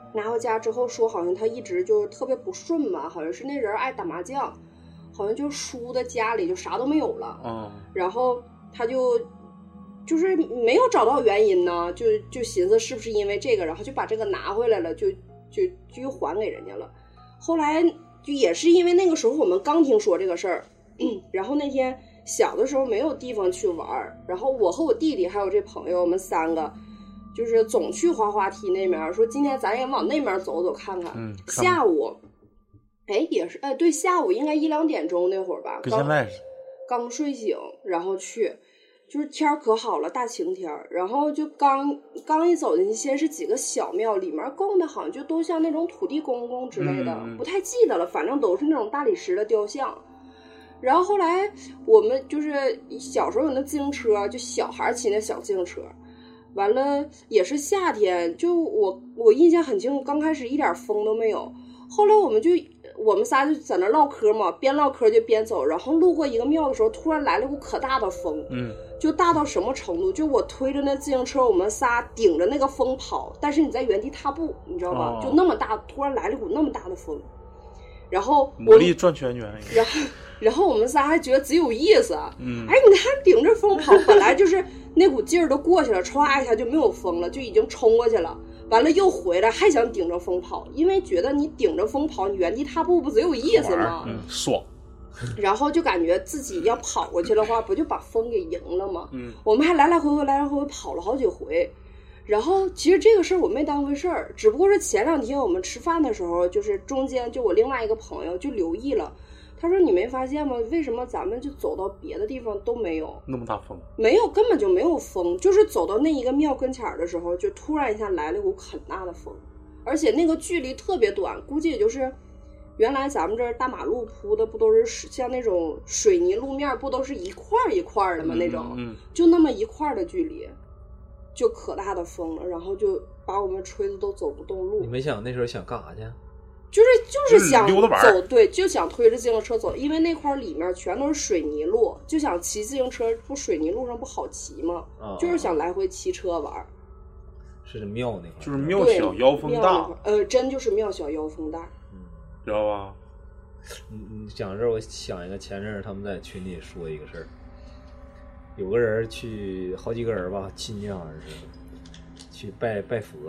拿回家之后说，好像他一直就特别不顺吧，好像是那人爱打麻将，好像就输的家里就啥都没有了。 嗯， 然后他就就是没有找到原因呢，就就寻思是不是因为这个，然后就把这个拿回来了，就就就又还给人家了。后来就也是因为那个时候我们刚听说这个事儿，然后那天小的时候没有地方去玩，然后我和我弟弟还有这朋友，我们三个就是总去滑滑梯那边，说今天咱也往那边走走看看。 嗯， 下午，哎也是哎对，下午应该一两点钟那会儿吧， 跟现在是刚睡醒，然后去。就是天儿可好了，大晴天儿，然后就刚刚一走进去，先是几个小庙，里面供的好像就都像那种土地公公之类的， 嗯、 不太记得了，反正都是那种大理石的雕像。然后后来我们就是小时候有那自行车，就小孩骑那小自行车，完了也是夏天，就我我印象很清楚，刚开始一点风都没有，后来我们就。我们仨就在那唠嗑嘛，边唠嗑就边走，然后路过一个庙的时候，突然来了股可大的风， 嗯， 就大到什么程度？就我推着那自行车，我们仨顶着那个风跑，但是你在原地踏步，你知道吧？ 哦、 就那么大，突然来了股那么大的风，然后魔力转圈圈， 然后然后我们仨还觉得贼有意思， 嗯， 哎，你看顶着风跑，本来就是那股劲儿都过去了，歘一下就没有风了，就已经冲过去了。完了又回来，还想顶着风跑，因为觉得你顶着风跑，你原地踏步不贼有意思吗？ 嗯，爽。 然后就感觉自己要跑过去的话，不就把风给赢了吗？ 嗯， 我们还来来回回来来回回跑了好几回。然后其实这个事儿我没当回事儿，只不过是前两天我们吃饭的时候，就是中间就我另外一个朋友就留意了。他说你没发现吗？为什么咱们就走到别的地方都没有那么大风？ 没有，根本就没有风，就是走到那一个庙跟前的时候，就突然一下来了一股很大的风，而且那个距离特别短，估计也就是原来咱们这儿大马路铺的不都是像那种水泥路面，不都是一块一块的吗？那种， 嗯， 就那么一块的距离，就可大的风了，然后就把我们吹的都走不动路。 你没想那时候想干啥去？ 就是就是想溜达玩走，对，就想推着自行车走，因为那块里面全都是水泥路，就想骑自行车，不水泥路上不好骑吗？ 啊、 就是想来回骑车玩。 是庙那块， 就是庙小妖风大， 呃，真就是庙小妖风大， 嗯， 知道吧？ 你你讲这，我想一个，前阵他们在群里说一个事儿，有个人去，好几个人吧，亲戚好像是去拜拜佛，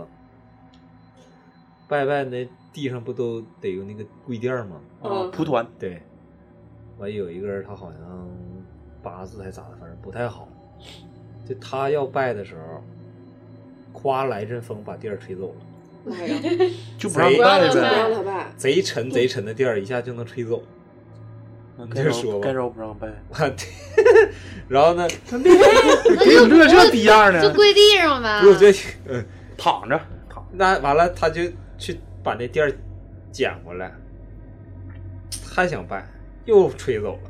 拜拜那。地上不都得有那个跪垫吗？ 啊，蒲团。 对，完有一个人他好像八字还咋的，反正不太好。就他要拜的时候，夸来阵风把垫儿吹走了。 哎呀， 就不让拜呗， 不让他拜。 贼沉贼沉的垫儿一下就能吹走。 你就说吧，该着不让拜。 然后呢？ 那就乐这逼样呢？ 就跪地上呗。 不是这，嗯， 躺着躺。 那完了，他就去。把那垫儿捡过来，还想拜，又吹走了。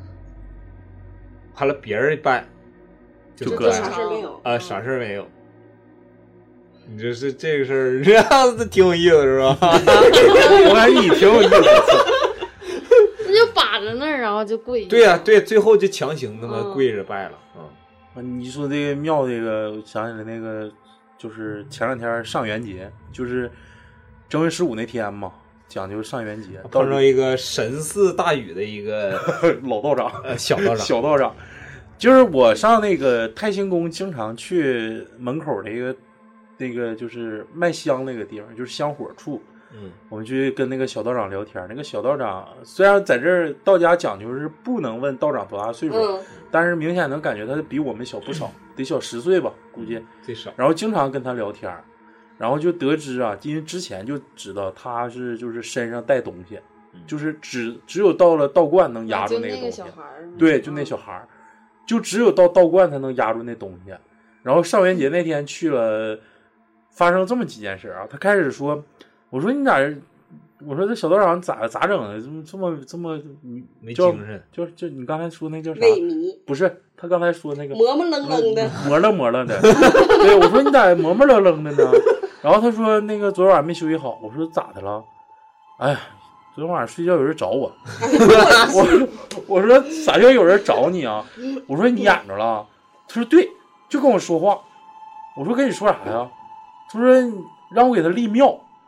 完了，别人拜就搁啥事没有啊，啥事没有。你这是这个事儿，这样子挺有意思是吧？ 我感觉你挺有意思。 那就把着那儿，然后就跪。 对呀、啊，对，最后就强行他妈跪着拜了啊、 嗯！你说这个庙，这个我想起来那个，就是前两天上元节，就是正月十五那天嘛，讲究上元节， 碰着一个神似大禹的一个老道长， 呃，小道长， 小道长。就是我上那个太清宫，经常去门口的一个那个就是卖香那个地方，就是香火处。 嗯， 我们去跟那个小道长聊天。那个小道长虽然在这儿道家讲究是不能问道长多大岁数， 嗯、 但是明显能感觉他比我们小不少，嗯、得小十岁吧，估计最少。 然后经常跟他聊天，然后就得知啊，因为之前就知道他是就是身上带东西，嗯、就是只只有到了道观能压住那个东西。 啊、 对，就那小孩儿。就只有到道观才能压住那东西，然后上元节那天去了，发生这么几件事啊。他开始说：“我说你咋？我说这小道长咋咋整的？这么这么这么没精神？ 就就你刚才说那叫啥？ 萎靡？ 不是，他刚才说那个磨磨愣愣的， 磨楞磨楞的。对，我说你咋磨磨楞楞的呢？然后他说那个昨晚没休息好。我说咋的了？哎呀。”昨天晚上睡觉有人找我，我说我说咋叫有人找你啊？我说你演着了。他说对，就跟我说话。我说跟你说啥呀？他说让我给他立庙。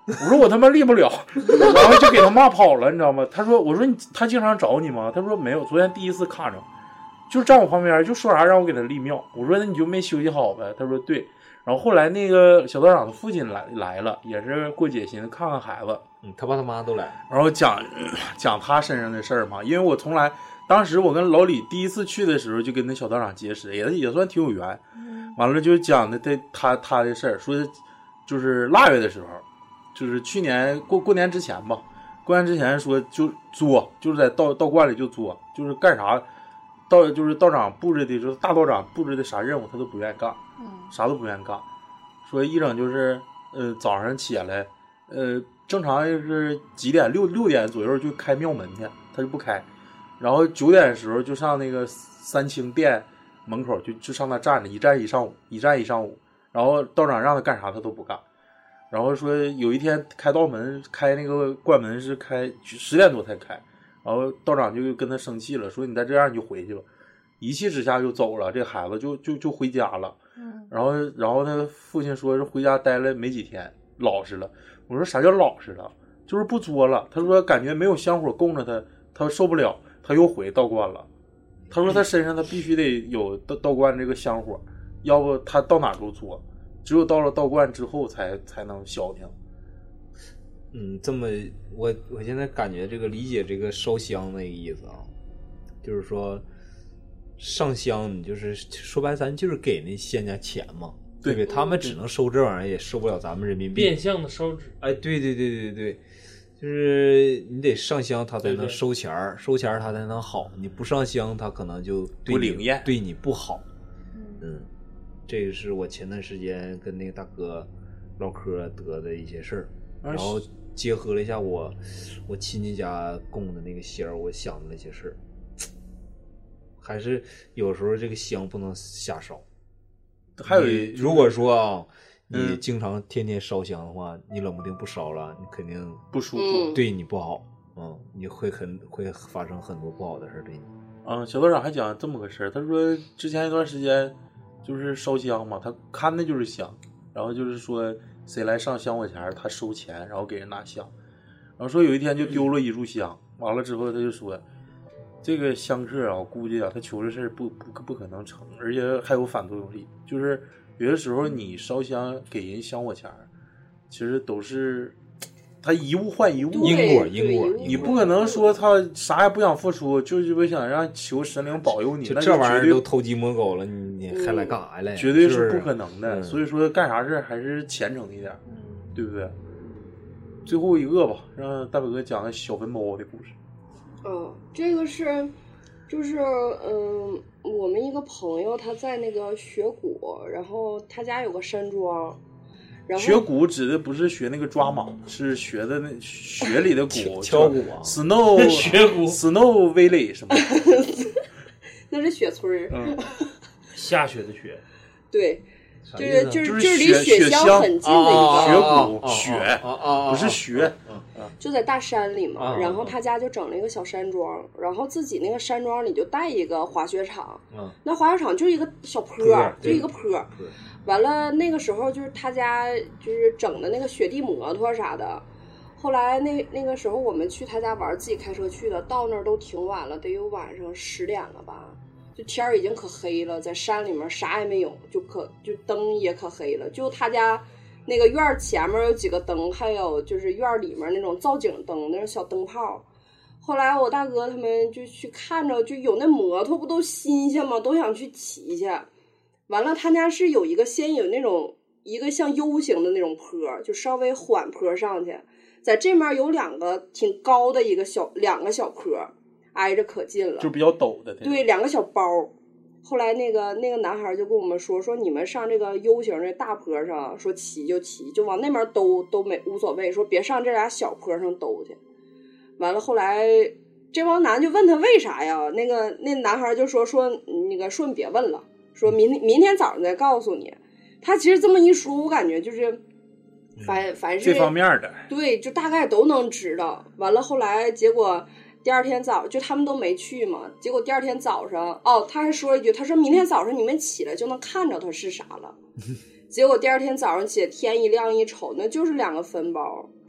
我说我他妈立不了，然后就给他骂跑了，你知道吗？他说我说你他经常找你吗？他说没有，昨天第一次看着，就站我旁边就说啥让我给他立庙。我说那你就没休息好呗？他说对。然后后来那个小道长的父亲来来了，也是过节寻思看看孩子， 嗯，他爸他妈都来， 然后讲讲他身上的事儿嘛。因为我从来当时我跟老李第一次去的时候就跟那小道长结识，也也算挺有缘。完了就讲的他他他的事儿，说就是腊月的时候，就是去年过过年之前吧，过年之前说就作，就是在道道观里就作，就是干啥道就是道长布置的，就是大道长布置的啥任务他都不愿意干，啥都不愿意干。说一整就是呃早上起来，呃正常是几点六六点左右就开庙门去，他就不开，然后九点的时候就上那个三清殿门口就就上那站着，一站一上午，一站一上午。然后道长让他干啥他都不干。然后说有一天开道门，开那个关门是开十点多才开，然后道长就跟他生气了，说你再这样你就回去吧。一气之下就走了，这孩子就就就回家了。然后然后他父亲说是回家待了没几天，老实了。我说啥叫老实了？就是不作了。他说感觉没有香火供着他，他受不了，他又回道观了。他说他身上他必须得有道道观这个香火，要不他到哪都作，只有到了道观之后才才能消停。 嗯，这么我我现在感觉这个理解这个烧香那个意思啊，就是说上香，你就是说白咱就是给那仙家钱嘛，对不对？他们只能收这玩意儿，也收不了咱们人民币。 变相的烧纸。 哎，对对对对对，就是你得上香，他才能收钱儿，收钱儿他才能好。你不上香，他可能就对你不灵验， 对你不好。嗯，这个是我前段时间跟那个大哥唠嗑得的一些事儿，然后结合了一下我我亲戚家供的那个仙儿，我想的那些事儿。还是有时候这个香不能瞎烧。 还有如果说啊，你经常天天烧香的话，你冷不丁不烧了，你肯定不舒服， 对你不好。嗯，你会很会发生很多不好的事对你。 嗯，小道长还讲这么个事儿，他说之前一段时间就是烧香嘛，他看的就是香，然后就是说谁来上香火前他收钱，然后给人拿香，然后说有一天就丢了一炷香，完了之后他就说这个香客啊，我估计啊他求这事不不不可能成，而且还有反作用力，就是有的时候你烧香给人香火钱其实都是他一物换一物， 因果因果， 你不可能说他啥也不想付出，就是不想让求神灵保佑你， 就这玩意儿都偷鸡摸狗了，你你还来干啥来？ 绝对是不可能的。所以说干啥事还是虔诚一点，对不对？最后一个吧，让大伟哥讲个小坟包的故事。 哦，这个是，就是嗯，我们一个朋友他在那个学鼓，然后他家有个山庄。 学鼓指的不是学那个抓马，是学的那雪里的鼓， 敲鼓啊 ，snow 学鼓 ，snow valley 什么？ 那是雪村儿， 嗯， 下雪的雪， 对，就是就是就是就是离雪乡很近的一个学鼓雪， 不是学， 就在大山里嘛。然后他家就整了一个小山庄，然后自己那个山庄里就带一个滑雪场，那滑雪场就是一个小坡，就一个坡。完了，那个时候就是他家就是整的那个雪地摩托啥的。后来那那个时候我们去他家玩，自己开车去的，到那儿都挺晚了，得有晚上十点了吧，就天儿已经可黑了，在山里面啥也没有，就可就灯也可黑了，就他家那个院前面有几个灯，还有就是院里面那种造景灯，那种小灯泡。后来我大哥他们就去看着，就有那摩托不都新鲜吗？都想去骑去。完了，他家是有一个先有那种一个像 U 型的那种坡，就稍微缓坡上去，在这面有两个挺高的一个小两个小坡，挨着可近了， 就比较陡的。 对，两个小包。后来那个那个男孩就跟我们说，说你们上这个 U 型的大坡上，说骑就骑，就往那边兜都没无所谓，说别上这俩小坡上兜去。完了，后来这帮男就问他为啥呀？那个那男孩就说说那个说你别问了。说明明天早上再告诉你。他其实这么一说，我感觉就是凡凡是这方面的， 对，就大概都能知道。完了后来结果第二天早就他们都没去嘛，结果第二天早上哦，他还说一句，他说明天早上你们起来就能看着他是啥了。结果第二天早上起来天一亮一瞅，那就是两个坟包，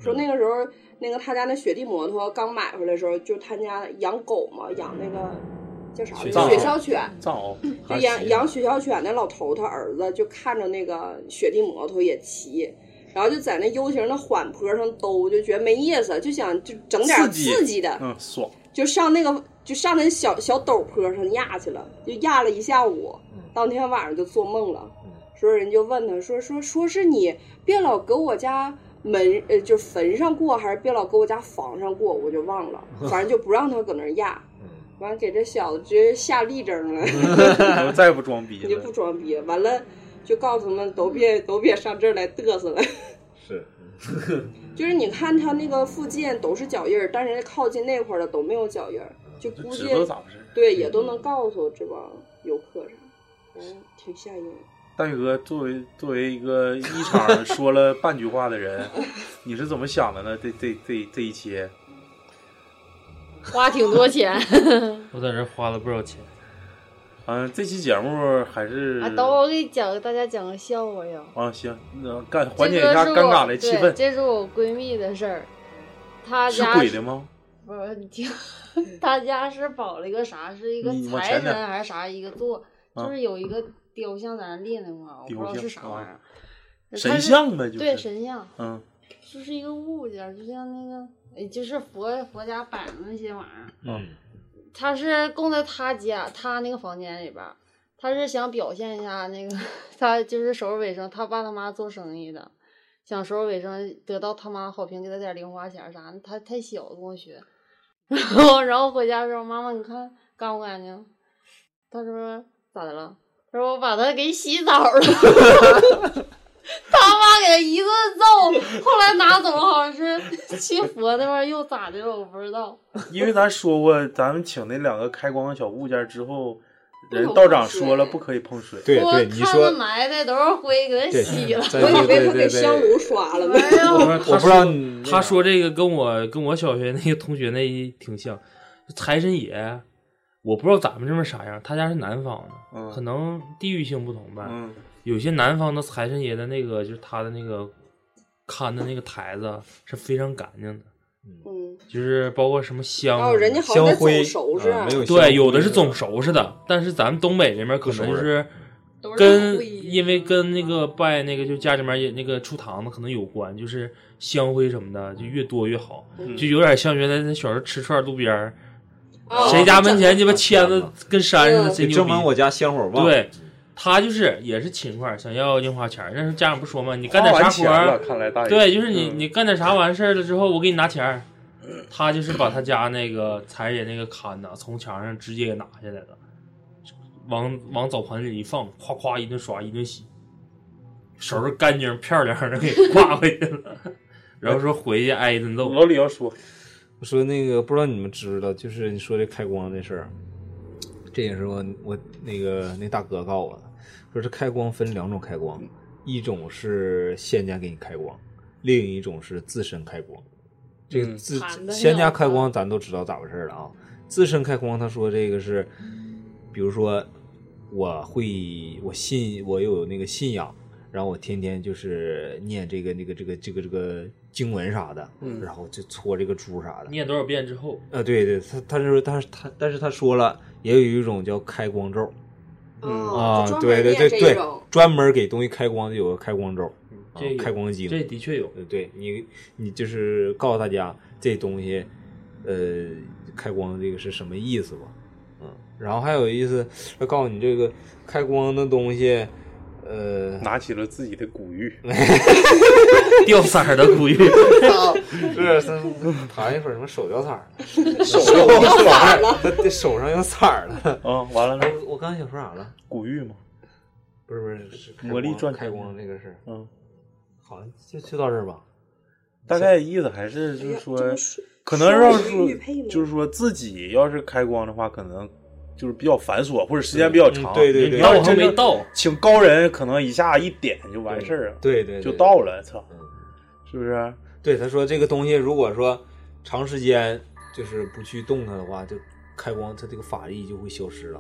说那个时候那个他家那雪地摩托刚买回来的时候，就他家养狗嘛，养那个叫啥雪雪橇犬， 藏獒就养养雪橇犬的老头他儿子就看着那个雪地摩托也骑。然后就在那 U 型的缓坡上兜，就觉得没意思，就想就整点刺激的， 嗯，爽。 就上那个就上那小小陡坡上压去了，就压了一下午，当天晚上就做梦了。所以人就问他说说说是你别老搁我家门呃就坟上过，还是别老搁我家房上过，我就忘了，反正就不让他搁那压。完给这小子直接下立正了， 我再也不装逼了， 你就不装逼了，完了。就告诉他们都别都别上这儿来嘚瑟了。 是， 就是你看他那个附近都是脚印儿，但是靠近那块儿的都没有脚印儿，就估计对也都能告诉这帮游客啥，嗯，挺吓人。 大宇哥作为作为一个一场说了半句话的人，你是怎么想的呢？这这这这一期花挺多钱， 我在这花了不少钱。 嗯，这期节目还是啊，等我给你讲，给大家讲个笑话呀。 啊，行，那干缓解一下尴尬的气氛。 这是我闺蜜的事儿，她家是鬼的吗？ 不是，你听，她家是保了一个啥？是一个财神还是啥？一个座， 啊、 就是有一个雕像在那立那块儿，我不知道是啥玩意儿。 啊、神像呗，就是对神像， 嗯， 就是一个物件，就像那个，就是佛佛家摆的那些玩意儿， 嗯。 他是供在他家，他那个房间里边，他是想表现一下那个，他就是收拾卫生，他爸他妈做生意的，想收拾卫生得到他妈好评，给他点零花钱啥的，他太小跟我学，然后然后回家的时候，妈妈你看干不干净？他说咋的了？他说我把他给洗澡了。他妈给他一顿揍，后来拿走了，好像是去佛那边又咋的了，我不知道。 因为咱说过，咱们请那两个开光的小物件之后，人道长说了不可以碰水。 对对，你说埋的都是灰，给他洗了。 我以为他给香炉刷了呢。 我不知道你他说这个跟我跟我小学那个同学那挺像，财神爷。我不知道咱们这边啥样，他家是南方的， 嗯、 可能地域性不同吧。 嗯， 有些南方的财神爷的那个，就是他的那个看的那个台子是非常干净的， 嗯， 就是包括什么香， 哦，人家好像在总收拾， 啊、没有对，有的是总收拾的，但是咱们东北这边可能是跟因为跟那个拜那个就家里面也那个出堂子可能有关，就是香灰什么的就越多越好， 嗯、 就有点像原来那小时候吃串路边儿。谁家门前鸡巴签子跟山似的，谁证明我家香火旺。 对，他就是也是勤快，想要零花钱。那时候家长不说吗？你干点啥活？ 看来大对，就是你你干点啥完事儿了之后，我给你拿钱。他就是把他家那个财神爷那个龛呐，从墙上直接给拿下来了，往往澡盆里一放，夸夸一顿刷一顿洗，收拾干净漂亮的给挂回去了。然后说回去挨一顿揍。 老李要说。 我说那个不知道你们知不知道，就是你说这开光这事儿，这也是我我那个那大哥告诉我的，说这开光分两种开光，一种是仙家给你开光，另一种是自身开光。这个自、嗯、仙家开光咱都知道咋回事了啊，自身开光他说这个是，比如说我会我信我有那个信仰。然后我天天就是念这个那个这个这个这个经文啥的， 嗯， 然后就搓这个珠啥的。 念多少遍之后？ 啊，对对，他他是他他，但是他说了，也有一种叫开光咒， 嗯啊，对对对对，专门给东西开光的有个开光咒， 这、啊、 开光经， 这的确有。 对你你就是告诉大家这东西，呃，开光这个是什么意思吧？嗯，然后还有意思，他告诉你这个开光的东西。呃， 拿起了自己的古玉， 掉色儿的古玉， 是是，弹一会儿什么手掉色儿了，手掉色儿了，他手上有色儿了。 啊，完了呢？ 我刚才想说啥了？ 古玉吗？ 不是不是，是魔力转开光这个事儿。 嗯， 好像就就到这儿吧。 大概意思还是就是说，可能让说，就是说自己要是开光的话，可能。就是比较繁琐，或者时间比较长。 嗯、对对对， 你要还没到， 请高人可能一下一点就完事儿了。 对 对, 对， 就到了，操、 嗯， 是不是？ 对，他说这个东西如果说长时间就是不去动它的话，就开光，它这个法力就会消失了。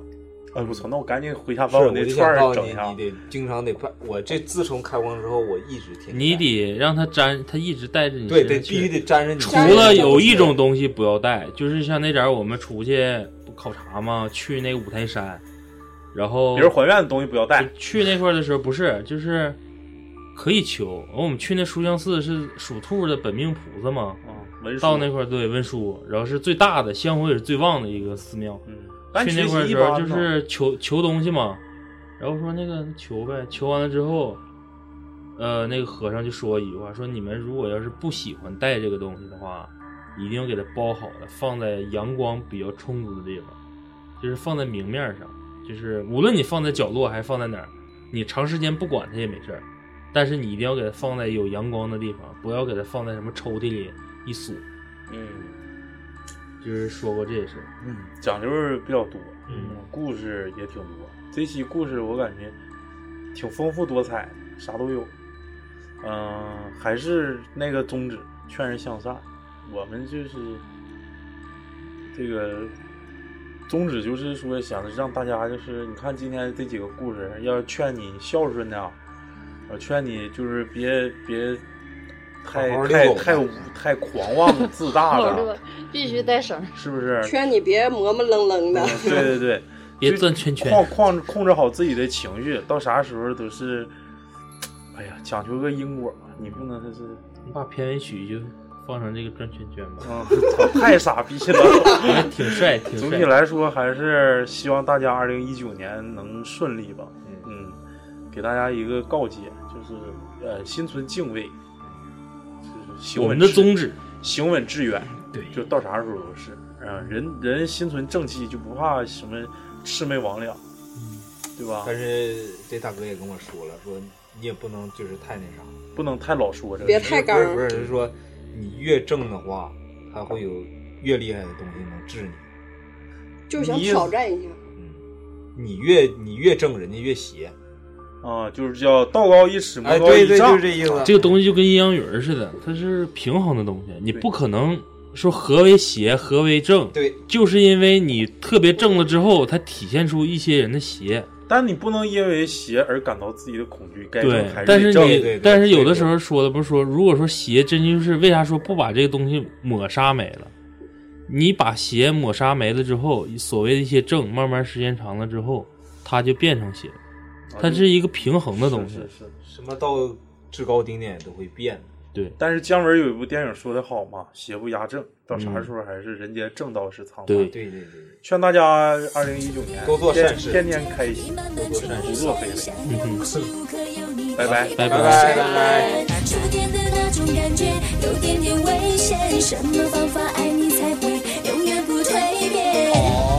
哎我操，那我赶紧回家是， 把我那串儿就想告诉你， 整一下。 你得经常得办。我这自从开光之后，我一直天天你得让他粘，他一直带着你。 对对，必须得粘着你。 除了有一种东西不要带，就是像那点儿我们出去不考察嘛，去那个五台山，然后别人还愿的东西不要带。 去那块儿的时候不是，就是可以求。我们去那书香寺是属兔的本命菩萨嘛， 嗯，文殊到那块儿对文殊，然后是最大的香火也是最旺的一个寺庙。 嗯， 去那块儿的时候就是求求东西嘛，然后说那个求呗，求完了之后，呃，那个和尚就说一句话，说你们如果要是不喜欢带这个东西的话，一定要给它包好了，放在阳光比较充足的地方，就是放在明面上，就是无论你放在角落还是放在哪儿，你长时间不管它也没事儿，但是你一定要给它放在有阳光的地方，不要给它放在什么抽屉里一锁。 嗯， 就是说过这些事儿。 嗯，讲究比较多， 嗯， 故事也挺多。这期故事我感觉挺丰富多彩，啥都有。嗯、呃，还是那个宗旨，劝人向善。我们就是这个宗旨，就是说想让大家就是你看今天这几个故事，要劝你孝顺的，我劝你就是别别太好好太太太狂妄自大了， 必须带绳， 是不是？ 劝你别磨磨愣愣的， 对对对， 别转圈圈， 控控控制好自己的情绪，到啥时候都是，哎呀，讲究个因果嘛，你不能就是你把片尾曲就放成这个转圈圈吧， 嗯，太傻逼了， 挺帅，挺帅。 总体来说，还是希望大家二零一九年能顺利吧。嗯，给大家一个告诫，就是呃，心存敬畏。 我们的宗旨， 行稳致远， 对， 就到啥时候都是啊、嗯，人人心存正气，就不怕什么魑魅魍魉，嗯，对吧？ 但是这大哥也跟我说了，说你也不能就是太那啥， 不能太老说这个， 别太刚。 不是，是说你越正的话，他会有越厉害的东西能治你， 就想挑战一下。 嗯，你越你越正，人家越邪。 啊，就是叫道高一尺，魔高一丈， 就是这意思。 这个东西就跟阴阳鱼似的，它是平衡的东西，你不可能说何为邪，何为正。 对， 就是因为你特别正了之后，它体现出一些人的邪。 但你不能因为邪而感到自己的恐惧。该正还是但是正。 你，但是有的时候说的不是说，如果说邪真就是为啥说不把这个东西抹杀没了？你把邪抹杀没了之后，所谓的一些正，慢慢时间长了之后，它就变成邪了。它是一个平衡的东西， 是是是， 什么到至高顶点都会变。 对， 但是姜文有一部电影说的好嘛，邪不压正，到啥时候还是人间正道是苍白。 对对对对， 劝大家二零一九年多做善事， 天天开心， 多做善事， 不做非非。 嗯哼， 拜拜拜拜拜拜。 初恋的那种感觉有点点危险，什么方法爱你才会永远不蜕变？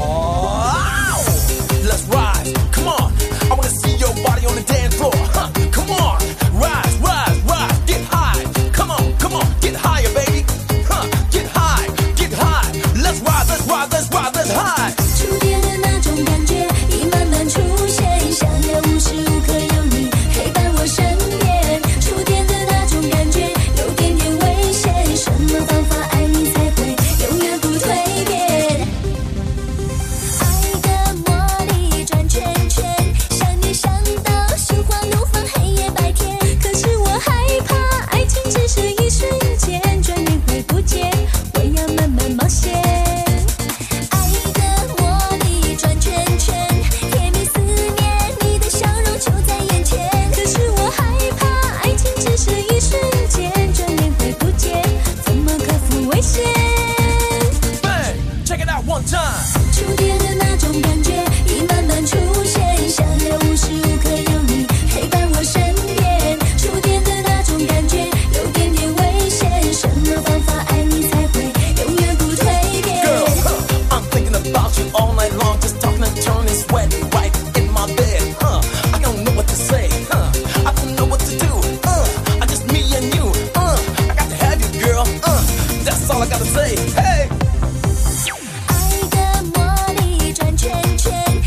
Let's rise, come on. I wanna see your body on the dance floor. Huh, come on, rise, rise, rise, get high. Come on, come on, get higher, baby. Huh, get high, get high. Let's rise, let's rise, let's rise, let's high. 初恋的那种感觉已慢慢出现，想要无时无刻有你陪伴我身边。初恋的那种感觉有点点危险，什么方法爱你才会永远不蜕变？爱的魔力转圈圈，想你想到心花怒放，黑夜白天。可是我害怕，爱情只是一瞬间，转眼会不见，我要慢慢冒险。爱的魔力转圈圈，甜蜜思念，你的笑容就在眼前。可是我害怕，爱情只是一瞬间，转眼会不见，怎么克服危险？ Bang, check it out one time. 初恋的那种感觉已慢慢出现，想要无时无刻有你陪伴我身边。初恋的那种感觉有点点危险，什么方法爱你才会永远不蜕变？ Girl, huh, I'm thinking about you all night long, just talking and turning, sweating right in my bed. Huh, I don't know what to say. Huh, I don't know what to do. Uh, I just me and you. Uh, I got to have you, girl. Uh, that's all I gotta say. Hey. 爱的魔力转圈圈。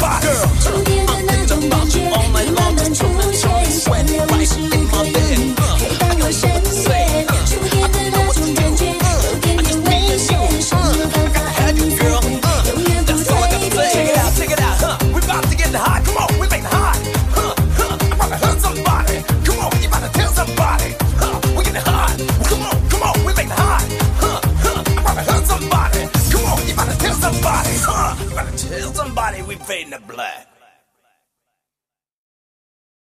somebody. Girl, 触电的那种感觉已慢慢出现，想要无时无刻有你陪伴我身边。触电的那种感觉有点点危险，什么办法爱你才会永远不退 check it 变。 out, check it out, huh? We about to get high. Come on, we make it high. Huh, huh. I'm about to hurt somebody. Come on, you about to tell somebody. Huh, we get high. Come on, come on, we make it high. Huh, huh. I'm about to hurt somebody. Come on, you about to tell somebody. Huh, you about to tell somebody we fading the black.